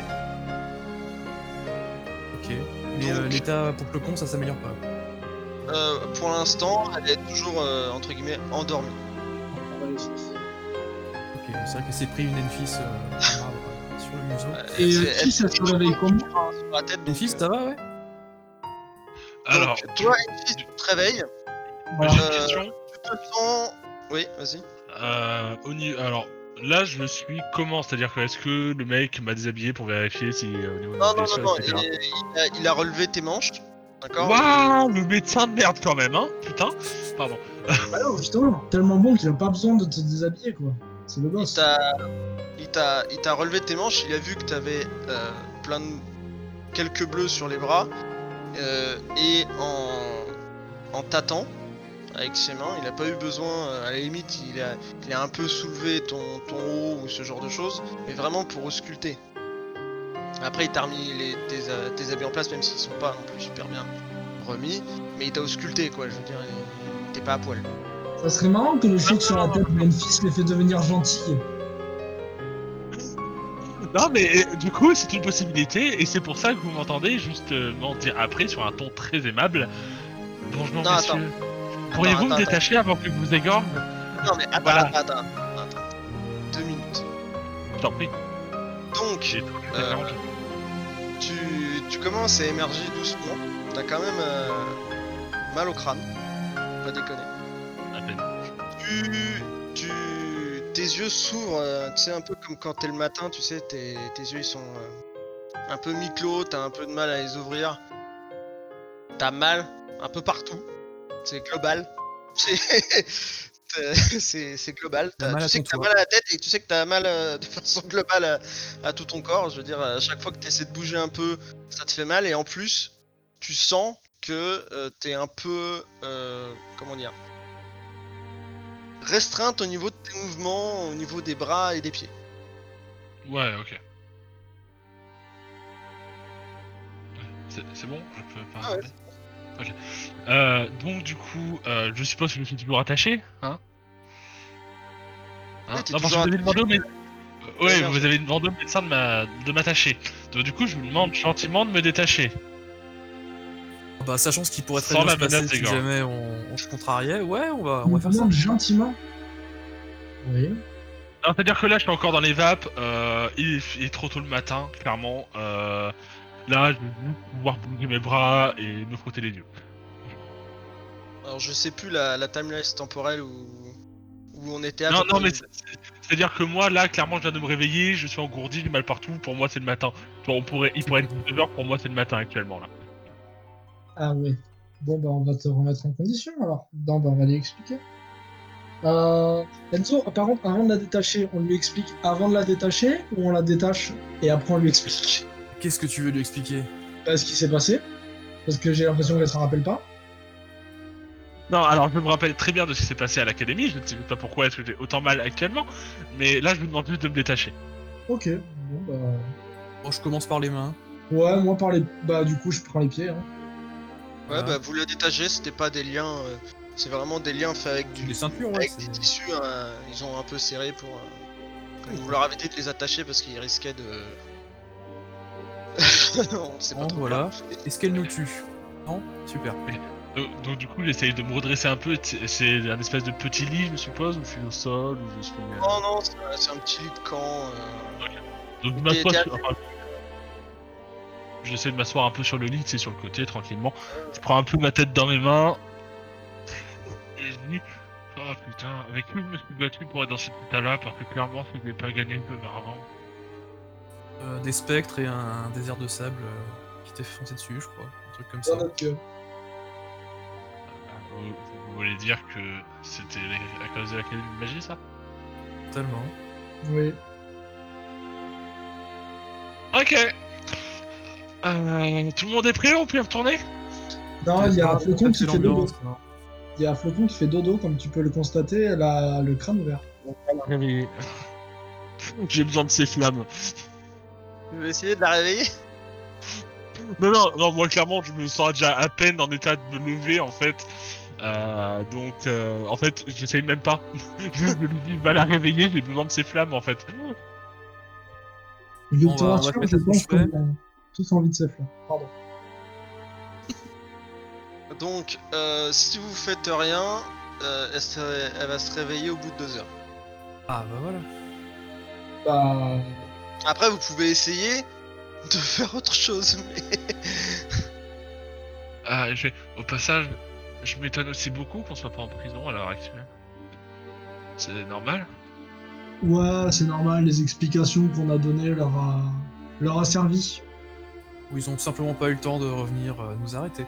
Ok. Mais Donc- l'état pour le con, ça s'améliore pas. Pour l'instant, elle est toujours, entre guillemets, endormie. Ok, c'est vrai qu'elle s'est pris une Enfys grave, sur le museau. Et C'est- qui ça se réveille comment? sur la tête, donc, Enfys, ça va, ouais? Alors, donc, toi, Enfys, tu te réveilles, moi, j'ai une Euh, question. tu te sens... Oui, vas-y. Alors, là, je me suis comment? C'est-à-dire que est-ce que le mec m'a déshabillé pour vérifier si au niveau de Non, mes non, non, blessures, non, etc. il a relevé tes manches, d'accord? Waouh, le médecin de merde quand même, hein? Putain, pardon. Bah non, justement, tellement bon qu'il a pas besoin de te déshabiller, quoi. C'est le Il boss. t'a relevé tes manches, il a vu que t'avais quelques bleus sur les bras, et en tâtant avec ses mains, il a pas eu besoin, à la limite, il a un peu soulevé ton haut ou ce genre de choses, mais vraiment pour ausculter. Après, il t'a remis tes habits en place, même s'ils sont pas non plus super bien remis, mais il t'a ausculté, quoi, je veux dire, il était pas à poil. Ça serait marrant que le choc sur la tête de Memphis les fait devenir gentil. Non, mais du coup, c'est une possibilité, et c'est pour ça que vous m'entendez justement dire après sur un ton très aimable. Bonjour, Non, messieurs. Pourriez-vous me attends. détacher avant que je vous égorge? Non, mais attends, Voilà. attends. 2 minutes. Je t'en prie. Donc, J'ai tout tu commences à émerger doucement. T'as quand même mal au crâne. Pas déconner. à peine. Tes yeux s'ouvrent, tu sais, un peu comme quand t'es le matin, tu sais, tes yeux ils sont un peu mi-clos, t'as un peu de mal à les ouvrir. T'as mal un peu partout. C'est global. C'est global. T'as mal Tu à sais ton que t'as toit. mal à la tête et tu sais que t'as mal de façon globale à tout ton corps. Je veux dire, à chaque fois que t'essaies de bouger un peu, ça te fait mal. Et en plus, tu sens que t'es un peu, comment dire, restreinte au niveau de tes mouvements, au niveau des bras et des pieds. Ouais, ok. C'est bon? Je peux pas. Ah ouais. Ok. Donc du coup, je suppose que je suis toujours attaché, hein? Oui, t'es Non, parce que toujours vous avez demandé au médecin. Ouais, bien vous sûr. avez demandé au médecin de m'attacher. Donc du coup, je vous demande gentiment de me détacher. Bah, sachant ce qui pourrait très Sans bien la se passer menace des si gars. jamais on se contrariait, ouais, on va On faire ça. demande gentiment. Oui. Non, c'est-à-dire que là, je suis encore dans les vapes. Il est trop tôt le matin, clairement. Là, je vais juste pouvoir bouger mes bras et me frotter les yeux. Alors je sais plus la timeline temporelle où on était à Non, peu non, près. mais c'est-à-dire que moi, là, clairement, je viens de me réveiller, je suis engourdi, j'ai mal partout. Pour moi, c'est le matin. Tu vois, il pourrait être 19h, pour moi, c'est le matin actuellement, là. Ah oui. Bon, bah, on va te remettre en condition alors. Non, bah, on va lui expliquer. Enzo, par contre, avant de la détacher, on lui explique avant de la détacher ou on la détache et après on lui explique Qu'est-ce que tu veux lui expliquer? ce qui s'est passé? Parce que j'ai l'impression qu'elle s'en rappelle pas. Non, alors je me rappelle très bien de ce qui s'est passé à l'académie, je ne sais pas pourquoi est-ce que j'ai autant mal actuellement, mais là je vous demande juste de me détacher. Ok. Bon, bah. Bon, je commence par les mains. Ouais, moi par les. Bah, du coup, je prends les pieds. Hein. Ouais, Voilà. bah vous la détagez, c'était pas des liens, c'est vraiment des liens faits avec Des ceintures, ouais. avec des tissus, ils ont un peu serré pour. Vous leur avez dit de les attacher parce qu'ils risquaient de. On sait pas Bon, trop. voilà. Est-ce qu'elle nous tue? Non? Super. Donc du coup j'essaye de me redresser un peu, c'est un espèce de petit lit je suppose, ou je suis au sol, ou je suis... Non, non, c'est un petit lit de camp. Donc je m'assois t'es sur... enfin, j'essaie de m'asseoir un peu sur le lit, c'est sur le côté, tranquillement. Je prends un peu ma tête dans mes mains, et je dis... Oh putain, avec qui je me suis battu pour être dans cet état-là, parce que clairement je n'ai pas gagné peu auparavant. Des spectres et un désert de sable qui t'est foncé dessus, je crois. Un truc comme ça. Vous voulez dire que c'était à cause de l'Académie de magie, ça? Totalement. Oui. Ok. Tout le monde est prêt? On peut y retourner? Non, il y a un Ah, flocon qui c'est fait dodo. l'ambiance, non. Il y a un flocon qui fait dodo, comme tu peux le constater, elle a le crâne ouvert. Réveillé. J'ai besoin de ces flammes. Tu veux essayer de la réveiller? Non, moi clairement, je me sens déjà à peine en état de me lever en fait. Donc, en fait, j'essaye même pas. Je lui dis, va la réveiller, j'ai besoin de ces flammes en fait. Je On te va rassure, faire je ce que pense je fais. qu'on a tous envie de siffler. Pardon. Donc, si vous faites rien, elle va se réveiller au bout de 2 heures. Ah bah voilà. Bah, Après, vous pouvez essayer de faire autre chose, mais... Au passage, je m'étonne aussi beaucoup qu'on soit pas en prison à l'heure actuelle. C'est normal. ouais, c'est normal, les explications qu'on a données leur a servi. Ou ils ont simplement pas eu le temps de revenir nous arrêter.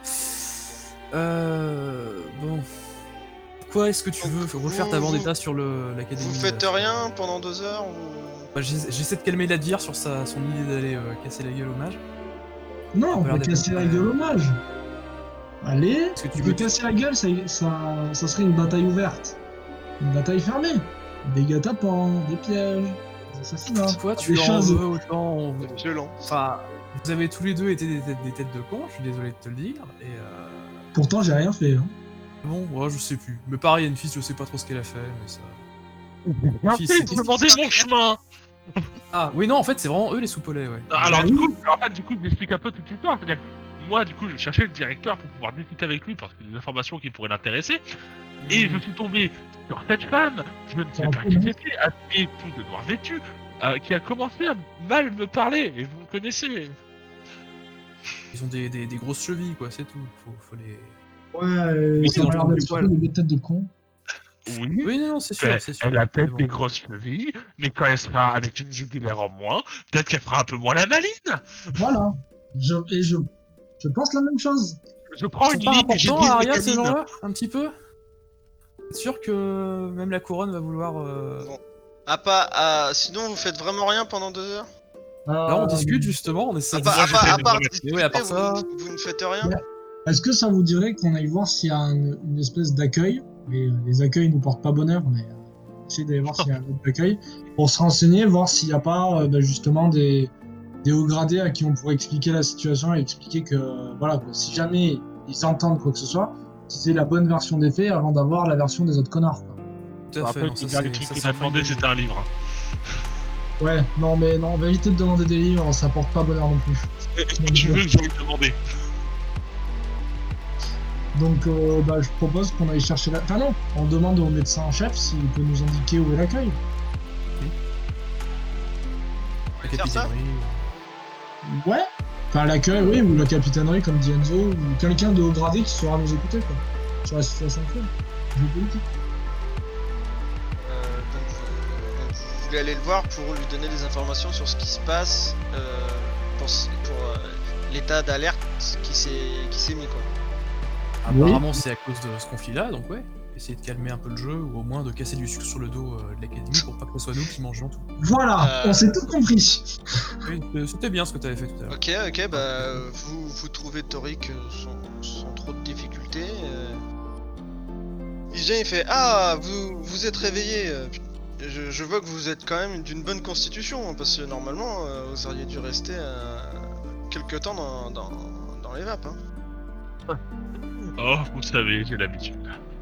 Bon. Quoi est-ce que tu Donc, veux refaire ta vendetta sur l'académie? Vous faites rien pendant 2 heures ou... Bah, j'essaie de calmer Ladvir sur son idée d'aller casser la gueule au mage. Non, on peut peut l'air casser d'être- la gueule au mage. Allez, Est-ce que tu tu veux peux casser la gueule, ça serait une bataille ouverte. Une bataille fermée. Des guet-apens, des pièges, des assassinats. Toi, tu des en choses. veux autant. Violent. Enfin, vous avez tous les deux été des têtes de con, je suis désolé de te le dire. Et Pourtant, j'ai rien fait. Hein. bon, ouais, je sais plus. Mais pareil, Enfis, je sais pas trop ce qu'elle a fait, mais ça. Merci de demander mon chemin. Ah, oui, non, en fait, c'est vraiment eux les soupolets, ouais. Alors du coup, j'explique un peu toute l'histoire. C'est-à-dire que moi, du coup, je cherchais le directeur pour pouvoir discuter avec lui parce qu'il y a des informations qui pourraient l'intéresser. Et je suis tombé sur cette femme, je ne sais pas qui c'était, habillée tout de noir vêtu, qui a commencé à mal me parler. Et vous me connaissez. Ils ont des grosses chevilles, quoi, c'est tout. Faut les. Ouais, Oui, ça dans m'a l'air le d'être poil. surtout des têtes de con. Oui. Oui, non, c'est sûr, c'est sûr. Elle a peut-être Mais des bon. grosses chevilles, mais quand elle sera avec une jubilaire en moins, peut-être qu'elle fera un peu moins la maline. Voilà. Je pense la même chose. Je prends C'est une pas ligne et important j'aiguise à mes Aria, ces canines. gens-là, un petit peu. C'est sûr que même la couronne va vouloir. Sinon, vous faites vraiment rien pendant 2 heures? Là, on discute justement, on essaie À de. part, j'essaie de me discuter, Oui, à part ça. vous ne faites rien? Ouais. Est-ce que ça vous dirait qu'on aille voir s'il y a une espèce d'accueil? Les accueils nous portent pas bonheur, mais essayer d'aller voir s'il y a un autre accueil pour se renseigner, voir s'il n'y a pas justement des hauts gradés à qui on pourrait expliquer la situation et expliquer que voilà, quoi, si jamais ils entendent quoi que ce soit, si c'est la bonne version des faits avant d'avoir la version des autres connards. Quoi. Tout à fait. Après, non, ça, le dernier c'est- truc ça, que c'est t'as demandé, pas c'était un livre. Ouais, non, mais non, on va éviter de demander des livres, ça porte pas bonheur non plus. Tu veux que j'aille demander? Donc, je propose qu'on aille chercher la. Enfin, non, on demande au médecin en chef s'il peut nous indiquer où est l'accueil. la faire ça capitainerie. Ouais. Enfin, l'accueil, oui, ou la capitainerie, comme dit Enzo, ou quelqu'un de haut gradé qui saura nous écouter, quoi. Sur la situation actuelle. Géopolitique. Donc, vous voulez aller le voir pour lui donner des informations sur ce qui se passe, pour l'état d'alerte qui s'est mis, quoi. Apparemment, c'est à cause de ce conflit-là, donc ouais. Essayer de calmer un peu le jeu, ou au moins de casser du sucre sur le dos de l'académie pour pas que ce soit nous qui mangeons tout. Voilà, on s'est tout compris. Oui, c'était bien ce que t'avais fait tout à l'heure. Ok, vous trouvez Toric sans trop de difficultés. Il vient, il fait: Ah, vous êtes réveillé. Je vois que vous êtes quand même d'une bonne constitution, hein, parce que normalement, vous auriez dû rester quelque temps dans les vapes. Hein. Oh, vous savez, j'ai l'habitude.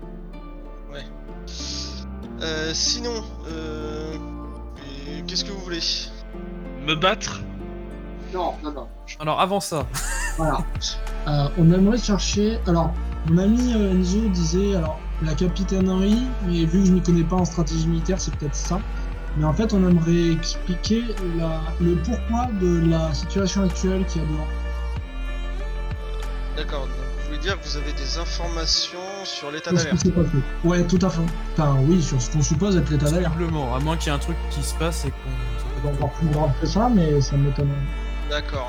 Sinon, qu'est-ce que vous voulez? Me battre? Non. Alors, avant ça, Voilà. On aimerait chercher. Alors, mon ami Enzo disait alors la capitainerie, mais vu que je ne m'y connais pas en stratégie militaire, c'est peut-être ça. Mais en fait, on aimerait expliquer le pourquoi de la situation actuelle qu'il y a dehors. D'accord, donc vous voulez dire que vous avez des informations sur l'état Sur ce qui d'alerte? s'est passé. Ouais, tout à fait. Enfin, oui, sur ce qu'on suppose être l'état d'alerte. simplement, à moins qu'il y ait un truc qui se passe et qu'on. C'est encore plus grave que ça, mais ça m'étonne. D'accord,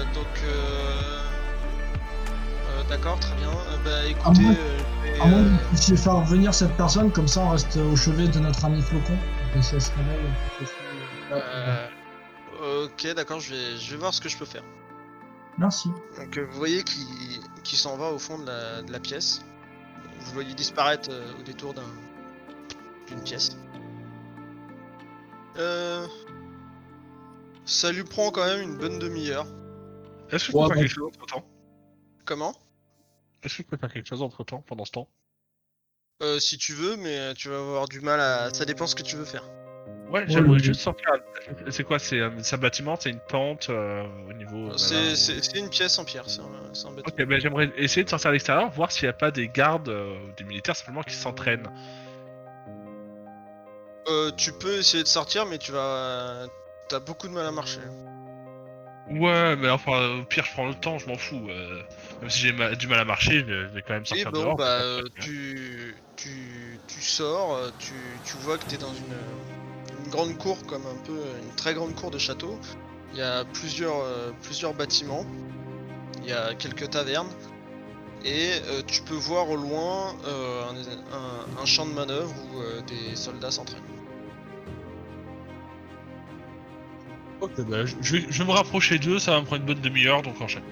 d'accord, très bien. À Écoutez, moins- je vais, À moins que vous puissiez faire venir cette personne, comme ça on reste au chevet de notre ami Flocon. Et si elle se réveille, ok, d'accord, je vais voir ce que je peux faire. Merci. Donc vous voyez qui s'en va au fond de la pièce. Vous le voyez disparaître au détour d'une pièce. Ça lui prend quand même une bonne demi-heure. Est-ce que je peux Ouais, faire bon. quelque chose entre temps? Comment? Est-ce que je peux faire quelque chose entre temps, pendant ce temps? Si tu veux, mais tu vas avoir du mal à... Ça dépend ce que tu veux faire. Ouais, Ouais, j'aimerais mais- juste sortir. C'est quoi? C'est un bâtiment? C'est une tente au niveau. C'est une pièce en pierre, c'est un bâtiment. Ok, ben j'aimerais essayer de sortir à l'extérieur, voir s'il n'y a pas des gardes, des militaires simplement qui s'entraînent. Tu peux essayer de sortir, mais t'as beaucoup de mal à marcher. Ouais, mais enfin, au pire, je prends le temps, je m'en fous. Même si j'ai du mal à marcher, je vais quand même Et sortir bon, dehors. bah, je vais pas faire tu sors, tu vois que t'es dans une grande cour, comme un peu une très grande cour de château. Il y a plusieurs bâtiments, il y a quelques tavernes, et tu peux voir au loin un champ de manœuvre où des soldats s'entraînent. Ok, bah, je vais me rapprocher d'eux, ça va me prendre une bonne demi-heure, donc enchaîne.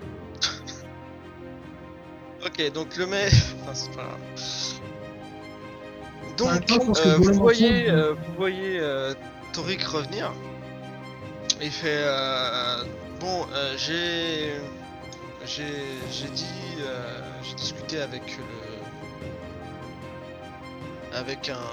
Ok, donc le mec... Enfin, c'est pas grave. Donc, Attends, parce que vous je voyez, voulais Torik revenir. Il fait bon, j'ai discuté avec avec un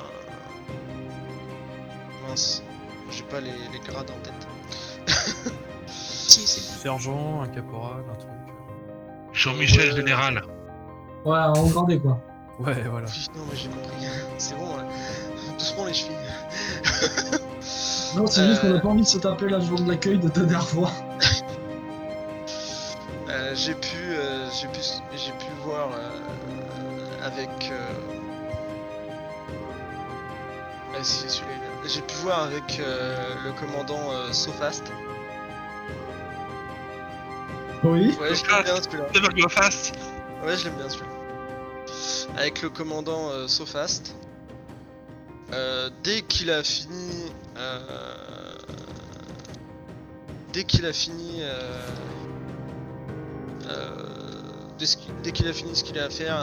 mince, j'ai pas les grades en tête. Si, c'est bon. Sergent, un caporal, un truc. Jean-Michel Ouais. Général. Ouais, en gradé quoi. Ouais, voilà. Oui, non mais j'ai compris. C'est bon, là. Doucement les chevilles. Non, c'est juste qu'on a pas envie de se taper la journée d'accueil de ta dernière fois. J'ai pu voir avec si, celui-là. J'ai pu voir avec le commandant Sofast. Oui. Ouais, je l'aime bien celui-là. Never go fast. Ouais, je l'aime bien celui-là. Avec le commandant Sofast. Dès qu'il a fini dès qu'il a fini ce qu'il a à faire,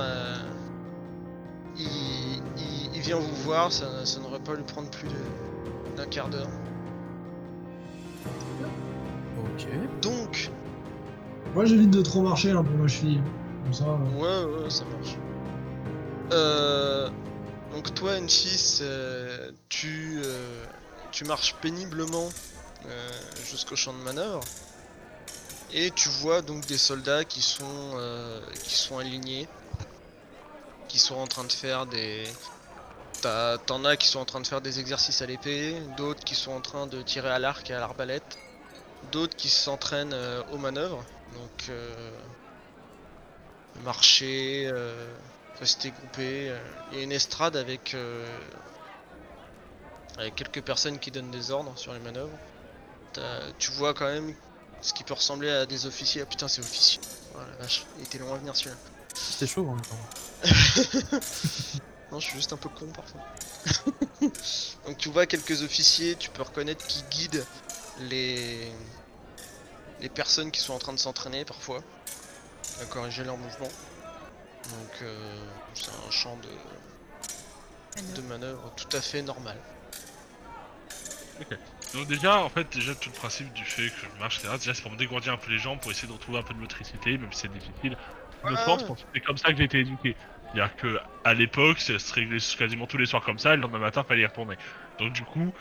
il vient vous voir, ça n'aurait pas lui prendre plus d'un quart d'heure. Ok. Donc, Moi j'évite de trop marcher là pour ma cheville. Comme ça. ouais, ça marche. Donc toi, N6, tu marches péniblement jusqu'au champ de manœuvre. Et tu vois donc des soldats qui sont alignés, qui sont en train de faire des... T'en as qui sont en train de faire des exercices à l'épée, d'autres qui sont en train de tirer à l'arc et à l'arbalète, d'autres qui s'entraînent aux manœuvres, donc marcher, rester groupé. Il y a une estrade avec quelques personnes qui donnent des ordres sur les manœuvres. Tu vois quand même ce qui peut ressembler à des officiers. Ah putain, c'est officier. Oh la vache, il était long à venir celui-là. C'était chaud en même temps. Non, je suis juste un peu con parfois. Donc tu vois quelques officiers, tu peux reconnaître qui guident les personnes qui sont en train de s'entraîner parfois à corriger leurs mouvements. Donc c'est un champ de manœuvre tout à fait normal. Donc déjà, en fait, tout le principe du fait que je marche, etc., déjà c'est pour me dégourdir un peu les jambes, pour essayer de retrouver un peu de motricité, même si c'est difficile. Je pense que c'est comme ça que j'ai été éduqué. C'est-à-dire que à l'époque, ça se réglait quasiment tous les soirs comme ça, et le lendemain matin, fallait y retourner. Donc du coup,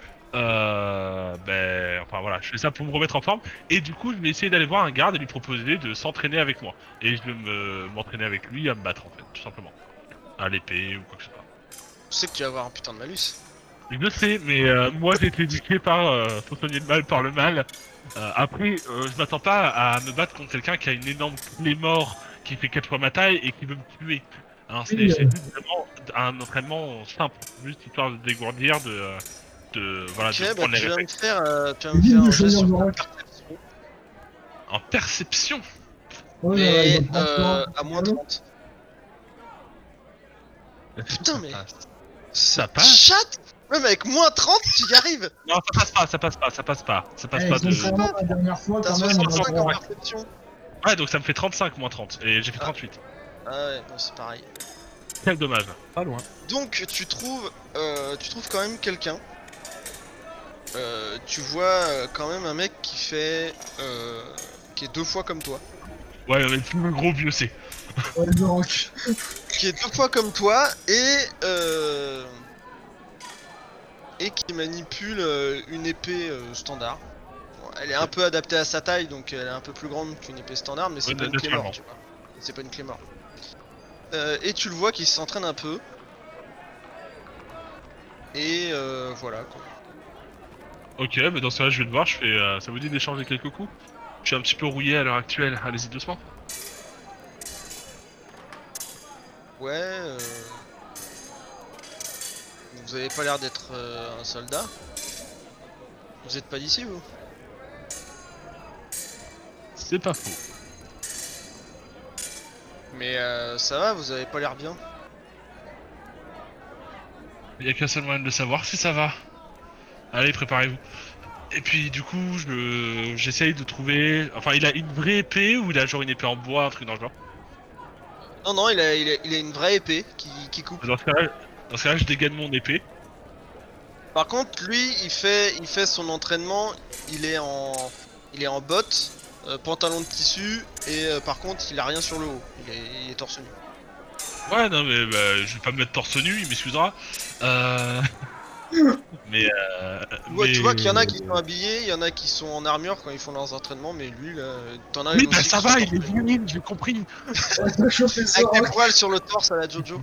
enfin voilà, je fais ça pour me remettre en forme, et du coup, je vais essayer d'aller voir un garde et lui proposer de s'entraîner avec moi. Et je vais m'entraîner avec lui à me battre, en fait, tout simplement. À l'épée ou quoi que ce soit. Tu sais que tu vas avoir un putain de malus. Je le sais, mais moi j'ai été éduqué par faut soigner le mal par le mal. Après, je m'attends pas à me battre contre quelqu'un qui a une énorme clé mort qui fait 4 fois ma taille et qui veut me tuer. Hein, c'est Oui, juste vraiment un entraînement simple, juste histoire de dégourdir, voilà, Ok, de bah prendre les tu vas me réflexes. faire, Évite de un jet choisir sur le ta rock. perception, En perception. Ouais, mais il va prendre à moins 30. Putain, mais... Ça passe. Chat. Ouais, mais avec moins 30, tu y arrives. Non, ça passe pas. Ça passe pas Eh, de. contrairement à la dernière fois, T'as quand même, on a 65 le en droit. perception. Ouais, donc ça me fait 35 moins 30, et j'ai fait 38. Ah ouais, bon, c'est pareil. Quel dommage. Pas loin. Donc, tu trouves quand même quelqu'un. Tu vois quand même un mec qui est 2 fois comme toi. Ouais, mais plus le gros vieux c'est. Ouais, le rock. Qui est 2 fois comme toi et qui manipule une épée standard. Bon, elle est un peu adaptée à sa taille, donc elle est un peu plus grande qu'une épée standard, mais c'est Ouais, pas une clé naturellement. mort, tu vois. C'est pas une clé mort. Et tu le vois qu'il s'entraîne un peu. Et voilà quoi. Ok, mais dans ce cas-là, je vais te voir, je fais. Ça vous dit d'échanger quelques coups? Je suis un petit peu rouillé à l'heure actuelle, allez-y doucement. Ouais, vous avez pas l'air d'être un soldat. Vous êtes pas d'ici, vous? C'est pas faux. Mais ça va, vous avez pas l'air bien. Il y a qu'un seul moyen de le savoir si ça va. Allez, préparez-vous. Et puis du coup, j'essaye de trouver. Enfin, il a une vraie épée ou il a genre une épée en bois, un truc dans le genre. Non, non, il a une vraie épée qui coupe. Dans ce cas-là, je dégaine mon épée. Par contre, lui, il fait son entraînement, il est en bottes, pantalon de tissu, et par contre, il a rien sur le haut. Il est torse nu. Ouais, non mais bah, je vais pas me mettre torse nu, il m'excusera. Mais Tu vois qu'il y en a qui sont habillés, il y en a qui sont en armure quand ils font leurs entraînements, mais lui, là, t'en as Oui, aussi bah ça qui va, sont il est torse nu. viril, j'ai compris. Ouais, t'as chauffé ça, Avec des rock. poils sur le torse à la Jojo.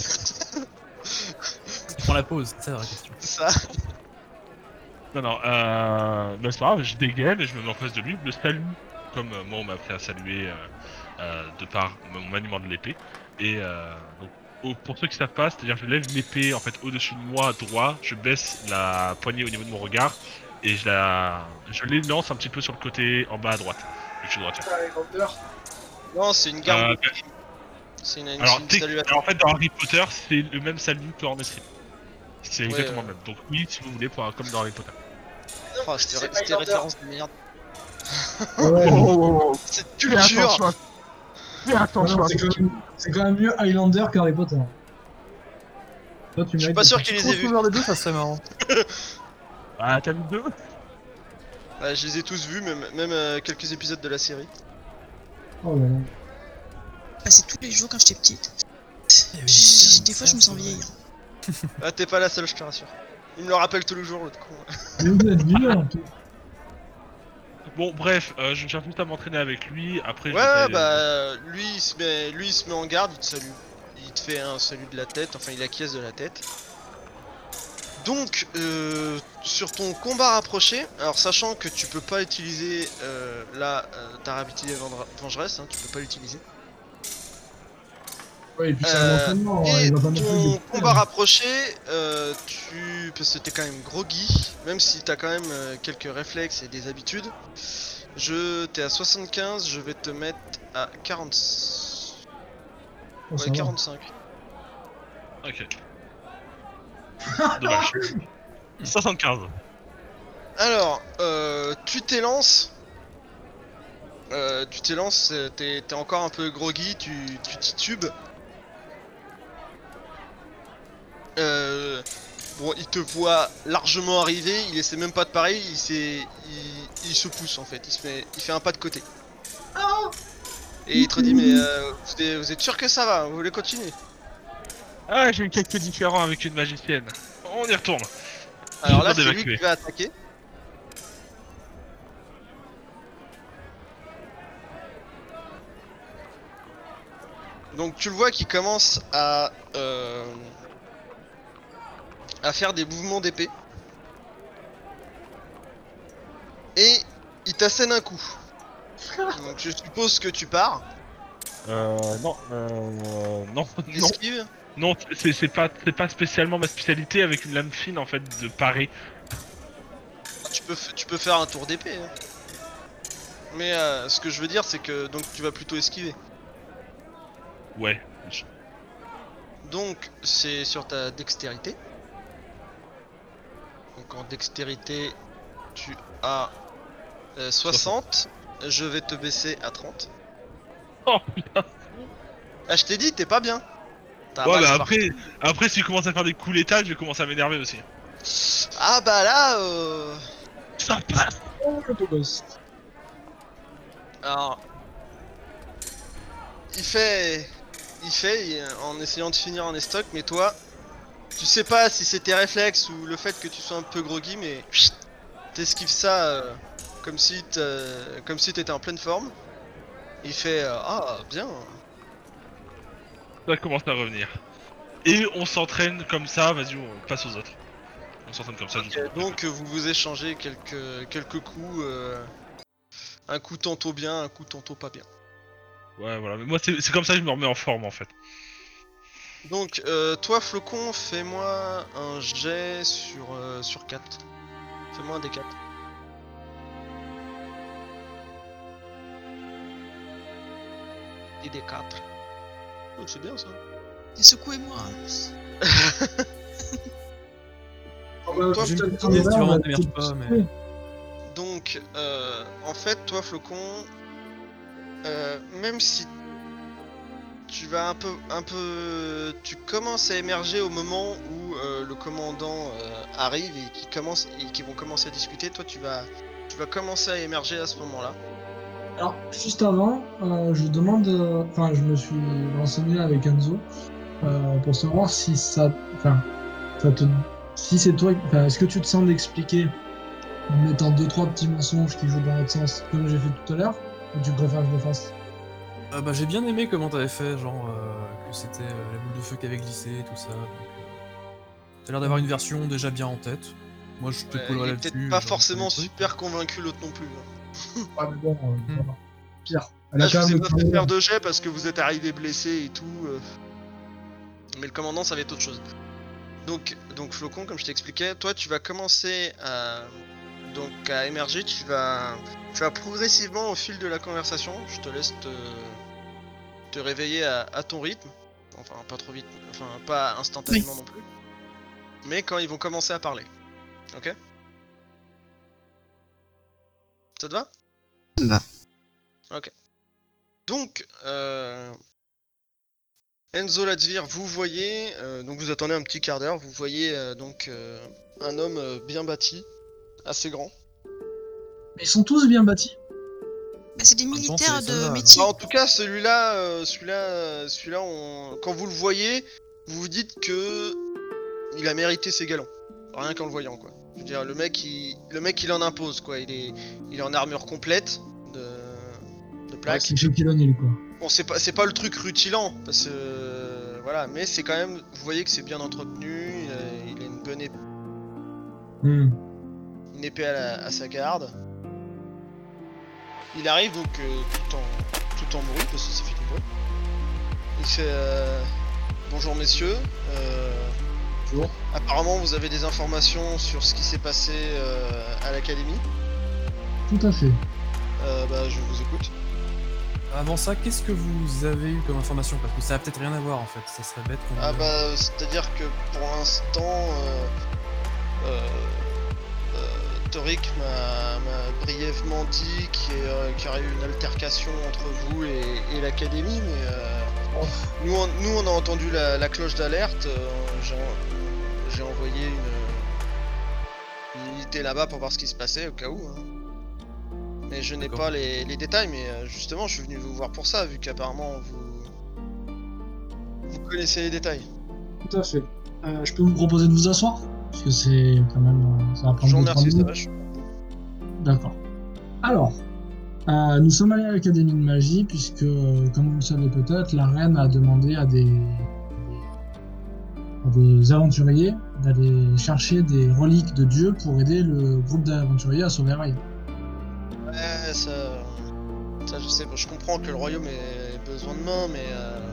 Je prends la pause, c'est ça la vraie question. Ça. Non, non, bah c'est pas grave, je dégaine et je me mets en face de lui, je le salue, comme moi on m'a appris à saluer de par mon maniement de l'épée. Et donc, pour ceux qui savent pas, c'est-à-dire je lève l'épée en fait au-dessus de moi droit, je baisse la poignée au niveau de mon regard et je l'élance un petit peu sur le côté en bas à droite. Vu que je suis droitier. Harry Potter. Non, c'est une garde. Euh, C'est une alors, saluation. en fait dans Harry Potter, c'est le même salut qu'en escrime. C'est Ouais, exactement le même. Donc oui, si vous voulez, comme dans Harry Potter. Oh, c'était référence de merde. Ouais, C'est culture. non, c'est quand même mieux Highlander qu'Harry Potter. Toi, tu Je suis mérites pas de sûr faire- qu'il les ait vus. Crossover des deux, ça serait marrant. Ah, t'as vu deux? Ouais, je les ai tous vus, même quelques épisodes de la série. Oh là là. Passé tous les jours quand j'étais petite. Des fois, je me sens vieille. Ah, t'es pas la seule, je te rassure. Il me le rappelle tous les jours, l'autre con. Mais vous êtes vieux, en tout. Bon, bref, je cherche juste à m'entraîner avec lui. Après, Ouais, bah, lui, il se met en garde, il te salue. Il te fait un salut de la tête, enfin, il acquiesce de la tête. Donc, sur ton combat rapproché, alors sachant que tu peux pas utiliser ta rapidité vengeresse, hein, tu peux pas l'utiliser. Ouais, et puis c'est un entraînement, Et il va pas non plus ton le combat rapproché, parce que t'es quand même groggy, même si t'as quand même quelques réflexes et des habitudes. T'es à 75, je vais te mettre à 40. Oh, ça Ouais, va. 45. Ok. Dommage. 75. Alors, tu t'élances. T'es encore un peu groggy, tu titubes. Bon, il te voit largement arriver, il essaie même pas de pareil, il se pousse en fait, il fait un pas de côté. Et il te dit, mais vous êtes sûr que ça va, vous voulez continuer? Ah, j'ai eu quelques différends avec une magicienne. On y retourne. Alors là, J'ai c'est besoin lui qui d'évacuer. va attaquer. Donc tu le vois qui commence à faire des mouvements d'épée. Et il t'assène un coup. Donc je suppose que tu pars. Non, non. Esquive. Non, c'est pas spécialement ma spécialité avec une lame fine en fait de parer. Tu peux faire un tour d'épée. Hein. Mais ce que je veux dire, c'est que donc tu vas plutôt esquiver. Ouais. Donc c'est sur ta dextérité. Donc en dextérité, tu as 60. Je vais te baisser à 30. Oh, Ah, je t'ai dit, t'es pas bien. T'as ouais, mal bah partout. après, si tu commences à faire des coups létals, je vais commencer à m'énerver aussi. Ah bah là, Ça passe. Oh, le beau gosse. alors, en essayant de finir en estoc, mais toi, tu sais pas si c'est tes réflexes ou le fait que tu sois un peu groggy, mais t'esquives ça comme si t'étais en pleine forme. Il fait ah bien. Ça commence à revenir. Et on s'entraîne comme ça, vas-y, on passe aux autres. On s'entraîne comme ça, Ok, doucement. donc vous vous échangez quelques coups, un coup tantôt bien, un coup tantôt pas bien. Ouais, voilà. Mais moi, c'est comme ça que je me remets en forme, en fait. Donc toi Flocon, fais-moi un jet sur 4. Fais-moi un D4. Et D4. Oh, c'est bien ça. Et secouez-moi. Toi, J'ai une Flocon, petite idée si vraiment va t'émerges tout pas, mais... pousser. donc en fait toi Flocon, même si tu vas tu commences à émerger au moment où le commandant arrive et qui vont commencer à discuter. Toi, tu vas commencer à émerger à ce moment-là. Alors, juste avant, je demande, enfin, je me suis renseigné avec Enzo pour savoir si ça te, si c'est toi, enfin, est-ce que tu te sens d'expliquer en mettant 2-3 petits mensonges qui jouent dans l'autre sens, comme j'ai fait tout à l'heure, ou tu préfères que je le fasse? Bah j'ai bien aimé comment t'avais fait, genre que c'était la boule de feu qui avait glissé, tout ça. Donc, t'as l'air d'avoir une version déjà bien en tête. Moi je Il t'épaulerai est là-dessus. peut-être pas j'aurai forcément des trucs. super convaincu l'autre non plus, hein. Ouais, mais bon, voilà. Pire. Elle Là, a je quand vous ai même pas fait faire de jet parce que vous êtes arrivé blessé et tout. Mais le commandant savait autre chose. Donc Flocon, comme je t'expliquais, toi tu vas commencer à émerger, tu vas progressivement au fil de la conversation, je te laisse te réveiller à ton rythme, enfin pas trop vite, enfin pas instantanément non plus, mais quand ils vont commencer à parler, ok? Ça te va? Ça me va. Ok. Donc, Enzo Latvir, vous voyez, donc vous attendez un petit quart d'heure, vous voyez un homme bien bâti, assez grand. Mais ils sont tous bien bâtis. Bah, c'est des même temps, militaires c'est les de soldats, métier. Bah, en tout cas, celui-là, quand vous le voyez, vous vous dites que il a mérité ses galons, rien qu'en le voyant, quoi. Je veux dire, le mec, il en impose, quoi. Il est en armure complète de Ouais, plaques. c'est Shaquille O'Neal, quoi. Bon, c'est pas le truc rutilant, parce que voilà, mais c'est quand même, vous voyez que c'est bien entretenu. Il a une bonne Hmm. une épée à sa garde. Il arrive donc tout en bruit, parce que ça fait du bruit. Il fait bonjour messieurs. Bonjour. Apparemment vous avez des informations sur ce qui s'est passé à l'académie. Tout à fait. Bah je vous écoute. Avant ça, qu'est-ce que vous avez eu comme information? Parce que ça a peut-être rien à voir en fait, ça serait bête qu'on... Ah bah c'est-à-dire que pour l'instant Torik m'a brièvement dit qu'il y aurait eu une altercation entre vous et l'académie, mais nous on a entendu la cloche d'alerte. J'ai envoyé une unité là-bas pour voir ce qui se passait au cas où, hein. Mais je n'ai pas les détails, mais justement je suis venu vous voir pour ça, vu qu'apparemment vous connaissez les détails. Tout à fait. Je peux vous proposer de vous asseoir? Parce que c'est quand même. Ça va Je prendre vous 2-3 remercie, ça minutes. va, je suis- D'accord. Alors, nous sommes allés à l'Académie de Magie, puisque, comme vous le savez peut-être, la reine a demandé à des aventuriers d'aller chercher des reliques de Dieu pour aider le groupe d'aventuriers à sauver Ray. Ouais, ça je sais, je comprends que le royaume ait besoin de main, mais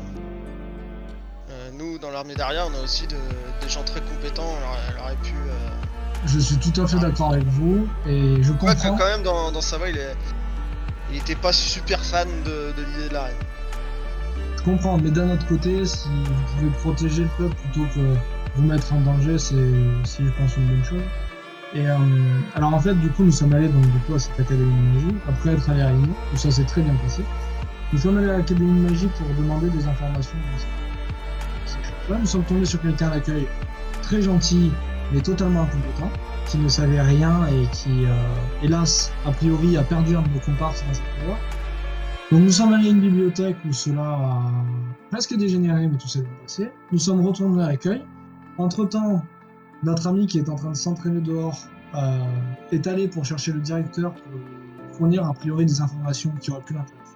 nous, dans l'armée d'Aria, on a aussi des gens très compétents, elle aurait pu... Je suis tout à fait d'accord avec vous, et je crois que comprends. quand même, dans sa voix, il était pas super fan de l'idée de la reine. Je comprends, mais d'un autre côté, si vous pouvez protéger le peuple plutôt que vous mettre en danger, c'est aussi, je pense, une bonne chose. Et alors en fait, du coup, nous sommes allés donc du coup à cette académie de magie après être allés à Imo, où ça s'est très bien passé. Nous sommes allés à l'Académie de Magie pour demander des informations. Là, nous sommes tombés sur quelqu'un d'accueil très gentil, mais totalement incompétent, qui ne savait rien et qui, hélas, a priori, a perdu un de nos comparses dans cette voie. Donc nous sommes allés à une bibliothèque où cela a presque dégénéré, mais tout s'est bien passé. Nous sommes retournés à l'accueil. Entre-temps, notre ami qui est en train de s'entraîner dehors est allé pour chercher le directeur pour lui fournir a priori des informations qui auraient pu l'intéresser.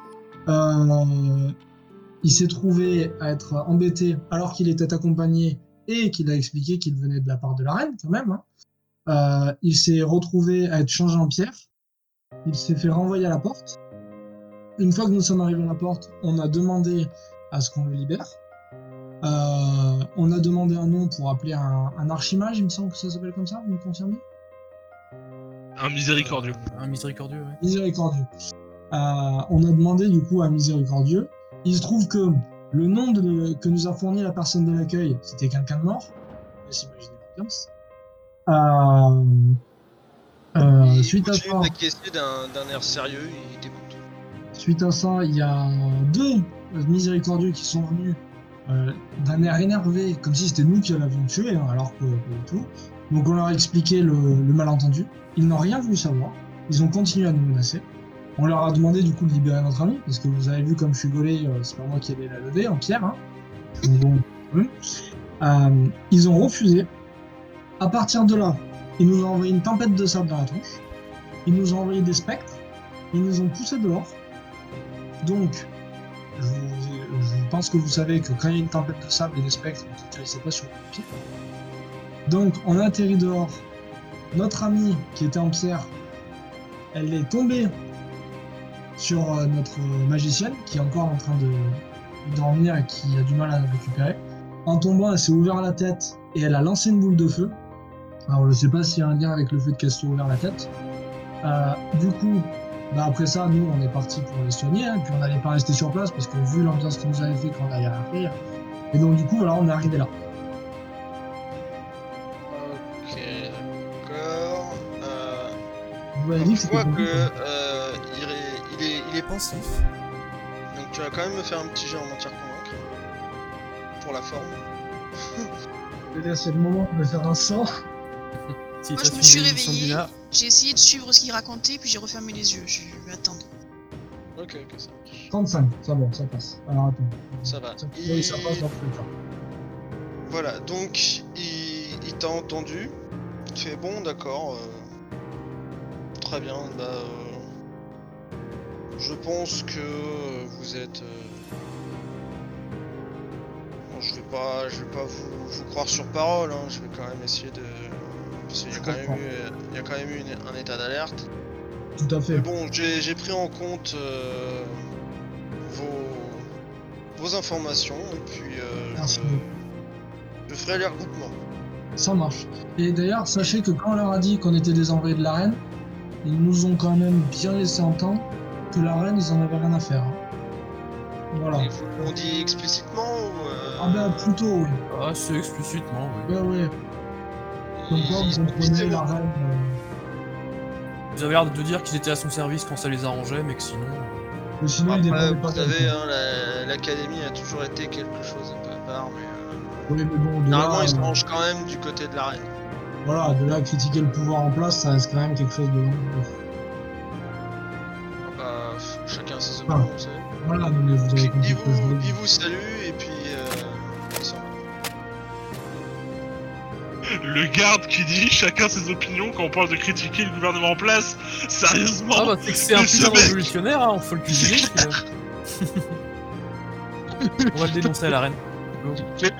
Il s'est trouvé à être embêté alors qu'il était accompagné et qu'il a expliqué qu'il venait de la part de la reine quand même. Il s'est retrouvé à être changé en pierre. Il s'est fait renvoyer à la porte. Une fois que nous sommes arrivés à la porte, on a demandé à ce qu'on le libère. On a demandé un nom pour appeler un archimage, il me semble que ça s'appelle comme ça, vous me confirmez? Un miséricordieux. Un miséricordieux, ouais. Miséricordieux. On a demandé du coup à Miséricordieux. Il se trouve que le nom que nous a fourni la personne de l'accueil, c'était quelqu'un de mort. Je vais imaginer l'ambiance. Suite à ça, d'acquiescer d'un air sérieux, il t'écoute. Suite à ça, il y a 2 miséricordieux qui sont venus d'un air énervé, comme si c'était nous qui l'avions tué, hein, alors que pas du tout. Donc on leur a expliqué le malentendu. Ils n'ont rien voulu savoir. Ils ont continué à nous menacer. On leur a demandé du coup de libérer notre ami, parce que vous avez vu comme je suis gaulé, c'est pas moi qui allais la lever en pierre. Hein. Donc, bon, ils ont refusé. À partir de là, ils nous ont envoyé une tempête de sable dans la tronche. Ils nous ont envoyé des spectres. Ils nous ont poussés dehors. Donc, je pense que vous savez que quand il y a une tempête de sable et des spectres, on ne s'utilise pas sur le pied. Donc, on a atterri dehors. Notre amie qui était en pierre, elle est tombée sur notre magicienne qui est encore en train de dormir et qui a du mal à la récupérer. En tombant, elle s'est ouvert la tête et elle a lancé une boule de feu. Alors, je sais pas s'il y a un lien avec le fait qu'elle se soit ouvert la tête. Du coup, après ça, nous, on est parti pour les soigner, hein, puis on n'allait pas rester sur place parce que vu l'ambiance qu'on nous avait fait quand on avait rien à faire. Et donc, du coup, voilà, on est arrivé là. Ok, d'accord. Vous m'avez dit que Je c'était vois compliqué. que il est pensif. Donc tu vas quand même me faire un petit jet en mentir convaincre. Pour la forme. C'est le moment de faire un sort. Si, Moi, t'as je me fait suis une émission réveillée, d'Ina. j'ai essayé de suivre ce qu'il racontait, puis j'ai refermé les yeux. Je vais attendre. Ok, ça marche. 35, ça bon, ça passe. Alors attends. Ça va. Oui, ça passe dans tous les cas. Voilà, donc il t'a entendu. Il te fait bon, d'accord. Très bien, je pense que vous êtes. Bon, je vais pas vous croire sur parole. Hein. Je vais quand même essayer de. Parce qu'il y a quand même eu un état d'alerte. Tout à fait. Mais bon, j'ai pris en compte vos informations et puis Merci. je ferai les regroupements. Ça marche. Et d'ailleurs, sachez que quand on leur a dit qu'on était des envoyés de la reine, ils nous ont quand même bien laissé entendre que la reine, ils en avaient rien à faire. Hein. Voilà. Et vous l'ont dit explicitement ou Ah bah plutôt, oui. Ah, c'est explicitement, oui. Ouais. Donc quoi, vous comprenez la reine. Vous avez l'air de dire qu'ils étaient à son service quand ça les arrangeait, mais que sinon. Mais sinon, il Après, dépendait pas vous d'elle, savez, quoi. hein, l'académie a toujours été quelque chose un peu à part, mais Oui, mais bon, de normalement là, ils se rangent quand même du côté de la reine. voilà, de là à critiquer le pouvoir en place, ça reste quand même quelque chose de dangereux. Bah, chacun ses opinions, vous savez. Voilà, non, mais vous avez Donc, compris il ce que je veux dire. vous salue et puis il s'en va. Le garde qui dit chacun ses opinions quand on parle de critiquer le gouvernement en place. Sérieusement. Ah bah, c'est que c'est un Mais ce putain de mec- révolutionnaire, hein, on faut le cuisiner. On va le dénoncer à la reine. Go.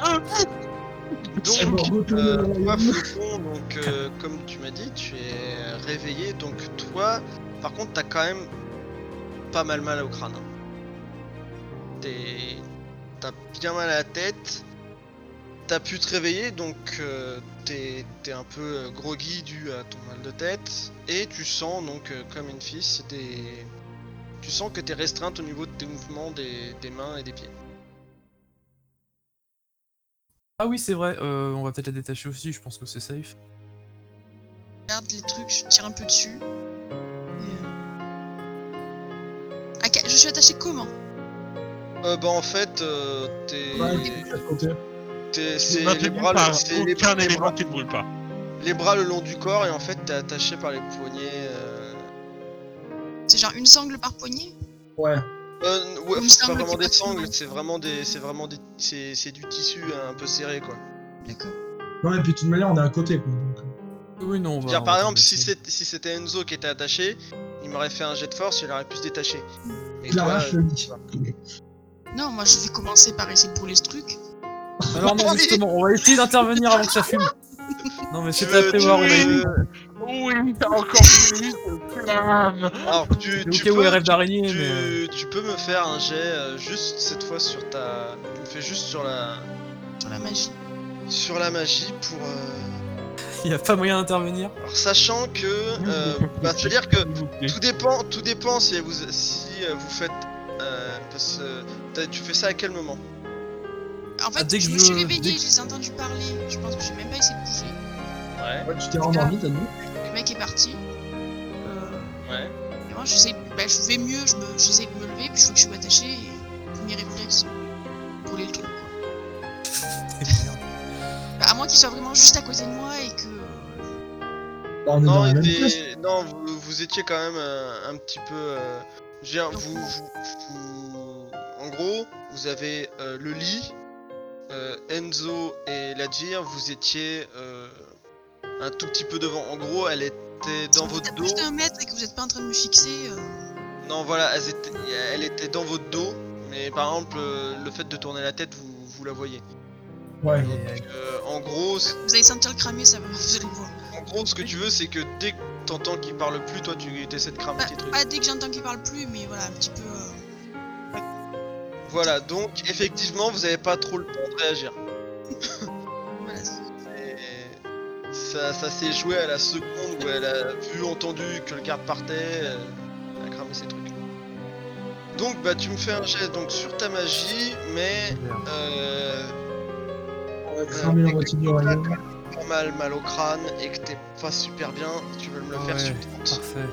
On va Donc, retourner au toi, royaume. Flocon, donc, comme tu m'as dit, tu es réveillé. Donc, toi, par contre, t'as quand même pas mal au crâne. Hein. T'as bien mal à la tête. T'as pu te réveiller, donc t'es un peu groggy dû à ton mal de tête. Et tu sens, donc, comme une fille, tu sens que t'es restreinte au niveau de tes mouvements des mains et des pieds. Ah oui, c'est vrai, on va peut-être la détacher aussi, je pense que c'est safe. Je regarde les trucs, je tire un peu dessus. Et, Je suis attachée comment? Bah en fait, Ouais, de l'autre côté. c'est Maintenu les bras, par c'est aucun les élément bras, qui ne brûle pas. les bras le long du corps et en fait t'es attaché par les poignets. C'est genre une sangle par poignée? Ouais. Ouais, Une enfin, c'est pas sangle vraiment qui des passe sangles, dedans. c'est du tissu un peu serré quoi. D'accord. Non, et puis de toute manière, on est à côté, quoi. Donc... Oui, non, on va. Dire on par va exemple, tomber si dessus. c'était Enzo qui était attaché, il m'aurait fait un jet de force, il aurait pu se détacher. Mais Il arrache le lit. Non, moi je vais commencer par essayer de brûler ce truc. Alors non, justement, on va essayer d'intervenir avant que ça fume. Non, mais c'était à prévoir, on a été con. Oui, t'as encore plus de flamme. Alors C'était au cas où elle rêve d'araignée, tu, mais. tu peux me faire un jet juste cette fois sur ta. Tu me fais juste sur la Sur la magie. pour. Il y a pas moyen d'intervenir. Alors sachant que c'est-à-dire que tout dépend si vous faites parce que tu fais ça à quel moment? En fait, dès que je me je- suis réveillée, dès que- je les ai entendus parler. Je pense que j'ai même pas essayé de bouger. Ouais. Ouais, tu t'es rendormi, t'as dit? Le mec est parti. Ouais. Et moi, je vais mieux, j'essaie de me lever, puis je vois que je suis attachée et premier réflexe, brûler le truc. Quoi. Bah, à moins qu'il soit vraiment juste à côté de moi et que. Bah, on est dans la même pièce. Non, vous étiez quand même un petit peu. Je veux dire, en gros, vous avez le lit, Enzo et Ladir, vous étiez un tout petit peu devant. En gros, elle était dans Si votre vous dos. êtes plus d'un mètre et que vous êtes pas en train de me fixer. Non, voilà, elle était dans votre dos, mais par exemple, le fait de tourner la tête, vous la voyez. Ouais. Donc, en gros, Vous allez sentir le cramer, ça va, vous allez le voir. en gros, ce que tu veux, c'est que dès que t'entends qu'il parle plus, toi, tu essaies de cramer tes trucs. Pas dès que j'entends qu'il parle plus, mais voilà, un petit peu. Voilà, donc effectivement, vous avez pas trop le temps de réagir. Voilà. Et ça s'est joué à la seconde où elle a vu, entendu que le garde partait, elle a cramé ses trucs. Donc bah tu me fais un geste donc sur ta magie, mais On va cramer la moitié du royaume. pas mal au crâne et que t'es pas super bien, tu veux me le faire Ouais, sur 30. Parfait.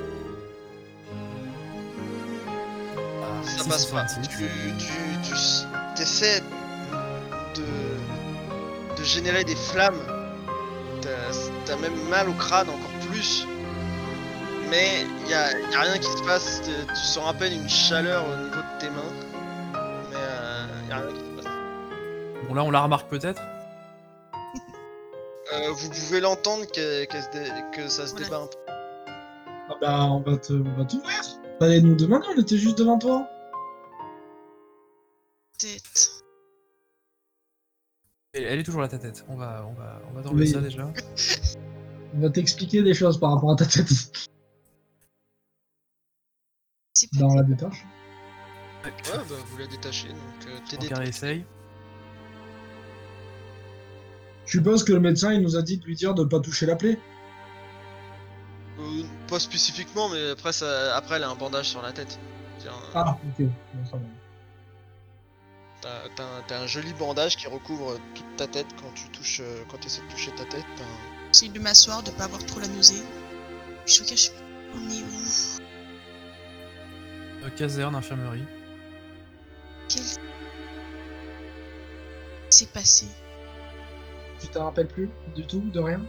Ah, Ça si, passe c'est pas. gentil. Tu essaies de générer des flammes. T'as même mal au crâne encore plus. Mais y a rien qui se passe. Tu sens à peine une chaleur au niveau de tes mains. Mais y a rien qui se passe. Bon, là, on la remarque peut-être. Vous pouvez l'entendre que ça se débat un peu. Ah bah, on va t'ouvrir. Fallait nous demander, on était juste devant toi. Tête. Elle est toujours là, ta tête. On va t'enlever Oui. ça déjà. On va t'expliquer des choses par rapport à ta tête C'est pas. dans la détache. Ouais, bah vous la détachez. Donc t'es Donc, elle essaye. Je suppose que le médecin, il nous a dit de lui dire de pas toucher la plaie. pas spécifiquement, mais après elle a un bandage sur la tête. Ah, ok. Bon, ça va. T'as un joli bandage qui recouvre toute ta tête quand quand essaies de toucher ta tête. J'essaie de m'asseoir, de pas avoir trop la nausée. Je suis au cache. On est où? Caserne, infirmerie. Quel. C'est passé. Tu t'en rappelles plus du tout, de rien?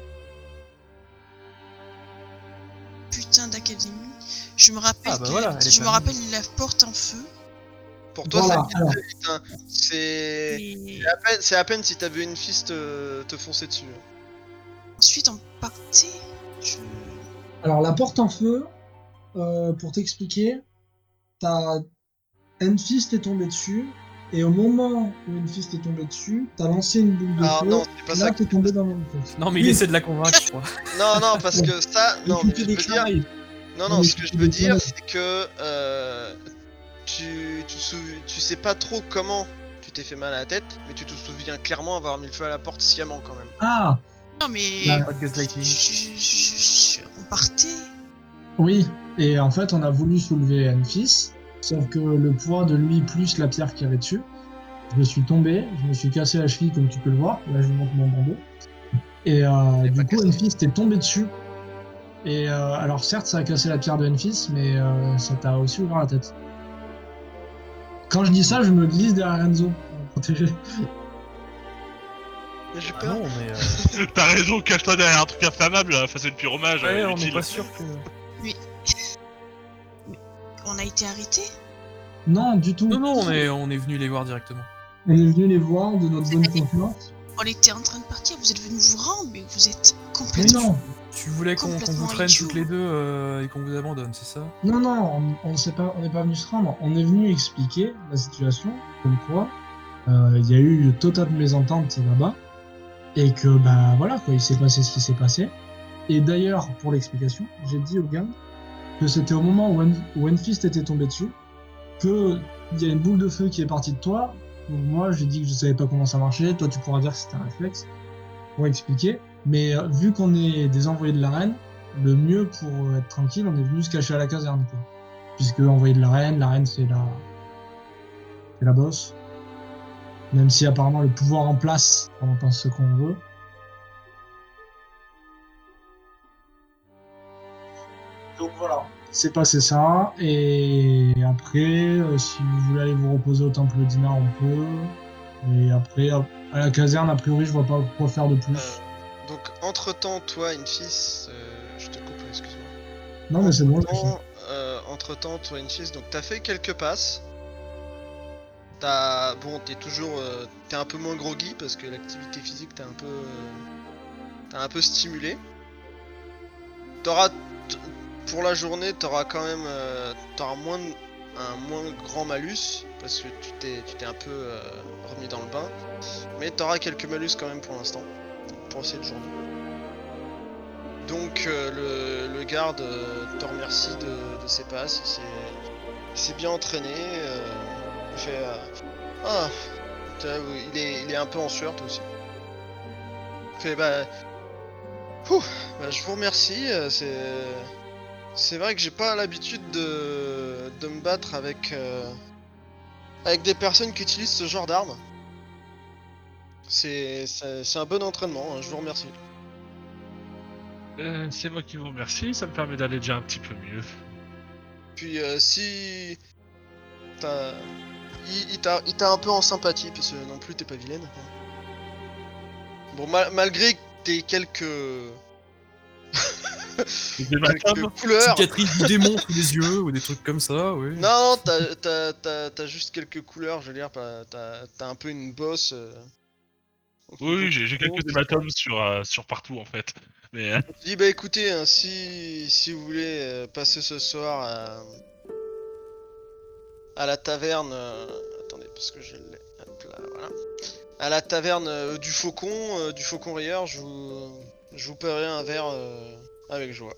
Putain d'académie. Je me rappelle. Ah, bah voilà, elle est je me pas rappelle la porte en feu. Pour toi, Voilà, alors. c'est Et c'est à peine si t'as vu une fille te foncer dessus. ensuite on partait. Alors, la porte en feu, pour t'expliquer, t'as Enfist est tombé dessus, et au moment où Enfist est tombé dessus, t'as lancé une boule de Alors feu, non, c'est pas là ça. t'es tombé dans le même truc. Non, mais il Oui. essaie de la convaincre, je crois. Non, parce que ça, Mais non, tu mais fais je des veux dire, clins d'œil. non, mais ce tu que je fais veux des clins dire, d'œil. c'est que tu sais pas trop comment tu t'es fait mal à la tête, mais tu te souviens clairement avoir mis le feu à la porte sciemment quand même. Ah, Non mais. Là. Pas de gaslighting. On partait. oui, et en fait, on a voulu soulever Enfist, sauf que le poids de lui plus la pierre qu'il y avait dessus, je suis tombé, je me suis cassé la cheville comme tu peux le voir, là je vous montre mon bandeau, et du coup Enfist est tombé dessus, et alors certes ça a cassé la pierre de Enfist, mais ça t'a aussi ouvert la tête. Quand je dis ça, je me glisse derrière Enzo pour me protéger. Mais j'ai Ah peur. non, mais T'as raison, cache-toi derrière un truc inflammable, c'est le pyromage. ouais, on n'est utile. pas sûr que. On a été arrêtés. Non, du tout. Non, on est venu les voir directement. On est venu les voir de notre bonne confiance. On était en train de partir, vous êtes venus vous rendre, mais vous êtes Mais complètement... non, Tu voulais qu'on Complètement vous traîne idiot. toutes les deux et qu'on vous abandonne, c'est ça? non, on n'est pas venu se rendre. On est venu expliquer la situation, comme quoi il y a eu total de mésententes là-bas, et que bah voilà quoi, il s'est passé ce qui s'est passé. Et d'ailleurs, pour l'explication, j'ai dit au gars que c'était au moment où Enfist était tombé dessus, que il y a une boule de feu qui est partie de toi. Donc moi, j'ai dit que je savais pas comment ça marchait. Toi, tu pourras dire que c'était un réflexe pour expliquer. Mais vu qu'on est des envoyés de la reine, le mieux pour être tranquille, on est venu se cacher à la caserne, quoi. Puisque envoyé de la reine c'est la boss. Même si apparemment le pouvoir en place, on en pense ce qu'on veut. Donc voilà, c'est passé ça. Et après, si vous voulez aller vous reposer au temple d'Ina, on peut. Et après, à la caserne, a priori, je vois pas quoi faire de plus. Donc, entre-temps, toi, Infis, je te coupe, excuse-moi. Non, mais c'est bon, j'ai fini. Entre-temps, toi, Infis, donc t'as fait quelques passes. Bon, t'es toujours... t'es un peu moins groggy parce que l'activité physique t'as un peu stimulé. Pour la journée, t'auras quand même... t'auras un moins grand malus parce que tu t'es un peu remis dans le bain. Mais t'auras quelques malus quand même pour l'instant. Pour cette journée. Donc le garde te remercie de ses passes, il s'est bien entraîné, il fait il est un peu en sueur toi aussi. Il fait je vous remercie, c'est vrai que j'ai pas l'habitude de me battre avec des personnes qui utilisent ce genre d'armes. C'est un bon entraînement, hein, je vous remercie. C'est moi qui vous remercie, ça me permet d'aller déjà un petit peu mieux. Puis si il t'a un peu en sympathie parce que non plus t'es pas vilaine. Bon malgré que t'aies quelques couleurs. Cicatrice du démon sous les yeux ou des trucs comme ça, oui. Non, t'as juste quelques couleurs, je veux dire, t'as un peu une bosse. Oui, j'ai quelques hématomes sur partout en fait. Mais Je dis bah écoutez, hein, si vous voulez passer ce soir à la taverne, attendez parce que je l'ai, hop là, voilà. À la taverne du Faucon Rieur, je vous paierai un verre avec joie.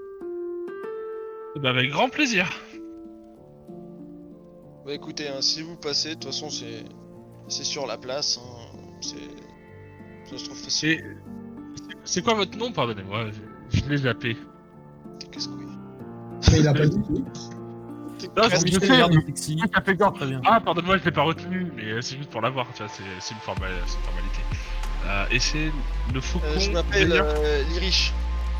bah, avec grand plaisir. Bah écoutez, hein, si vous passez, de toute façon c'est sur la place, hein, ça se trouve facile. C'est quoi votre nom, pardonnez-moi, je l'ai zappé. T'es casse-couille. Mais il a pas dit. Non, Jean-Michel je sais, Garde mais- Sexy. Ça fait gore. Très bien. Ah, pardonne-moi, je l'ai pas retenu, mais c'est juste pour l'avoir, tu vois, c'est une formalité. Et c'est le faucon. Je m'appelle Veilleur. Lyrich.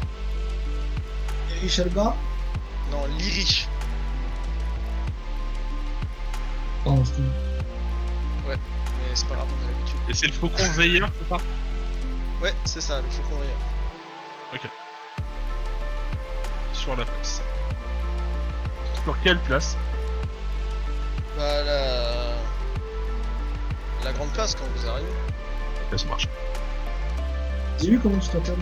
Michel Bas. Non, Lyrich. Oh, je te dis. Mais c'est pas grave, on a l'habitude. Et c'est le faucon veilleur, c'est ça? Ouais, c'est ça, le Faucon Rieur. Sur la place. Sur quelle place? Bah la grande place quand vous arrivez. Ok, ça marche. Dis-lui comment tu t'appelles.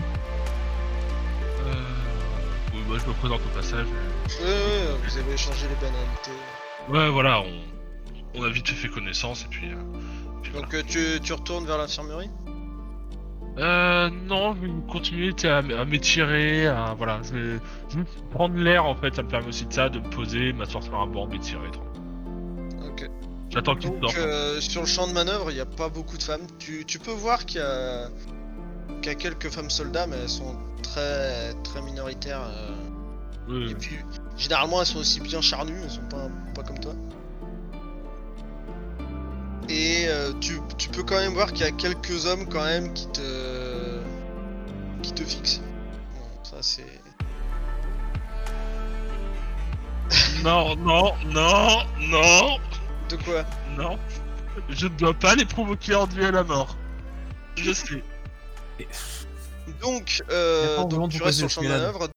Oui, moi je me présente au passage. Ouais, vous avez échangé les banalités. Ouais, voilà, on a vite fait connaissance et puis voilà. Donc tu retournes vers l'infirmerie? Non, je vais continuer à m'étirer, voilà, je vais prendre l'air en fait, ça me permet aussi de ça, de me poser, m'asseoir sur un banc, m'étirer, tranquille. Ok. J'attends qu'il Donc sorte. sur le champ de manœuvre, il n'y a pas beaucoup de femmes. Tu peux voir qu'il y a quelques femmes soldats, mais elles sont très très minoritaires. Et puis généralement elles sont aussi bien charnues, elles sont pas comme toi. Et tu peux quand même voir qu'il y a quelques hommes quand même qui te fixent. Bon, ça c'est... Non. De quoi? Non. Je ne dois pas les provoquer en duel à mort. Je sais. Donc, pas vraiment tu de restes sur poser le champ de escalade. manœuvre.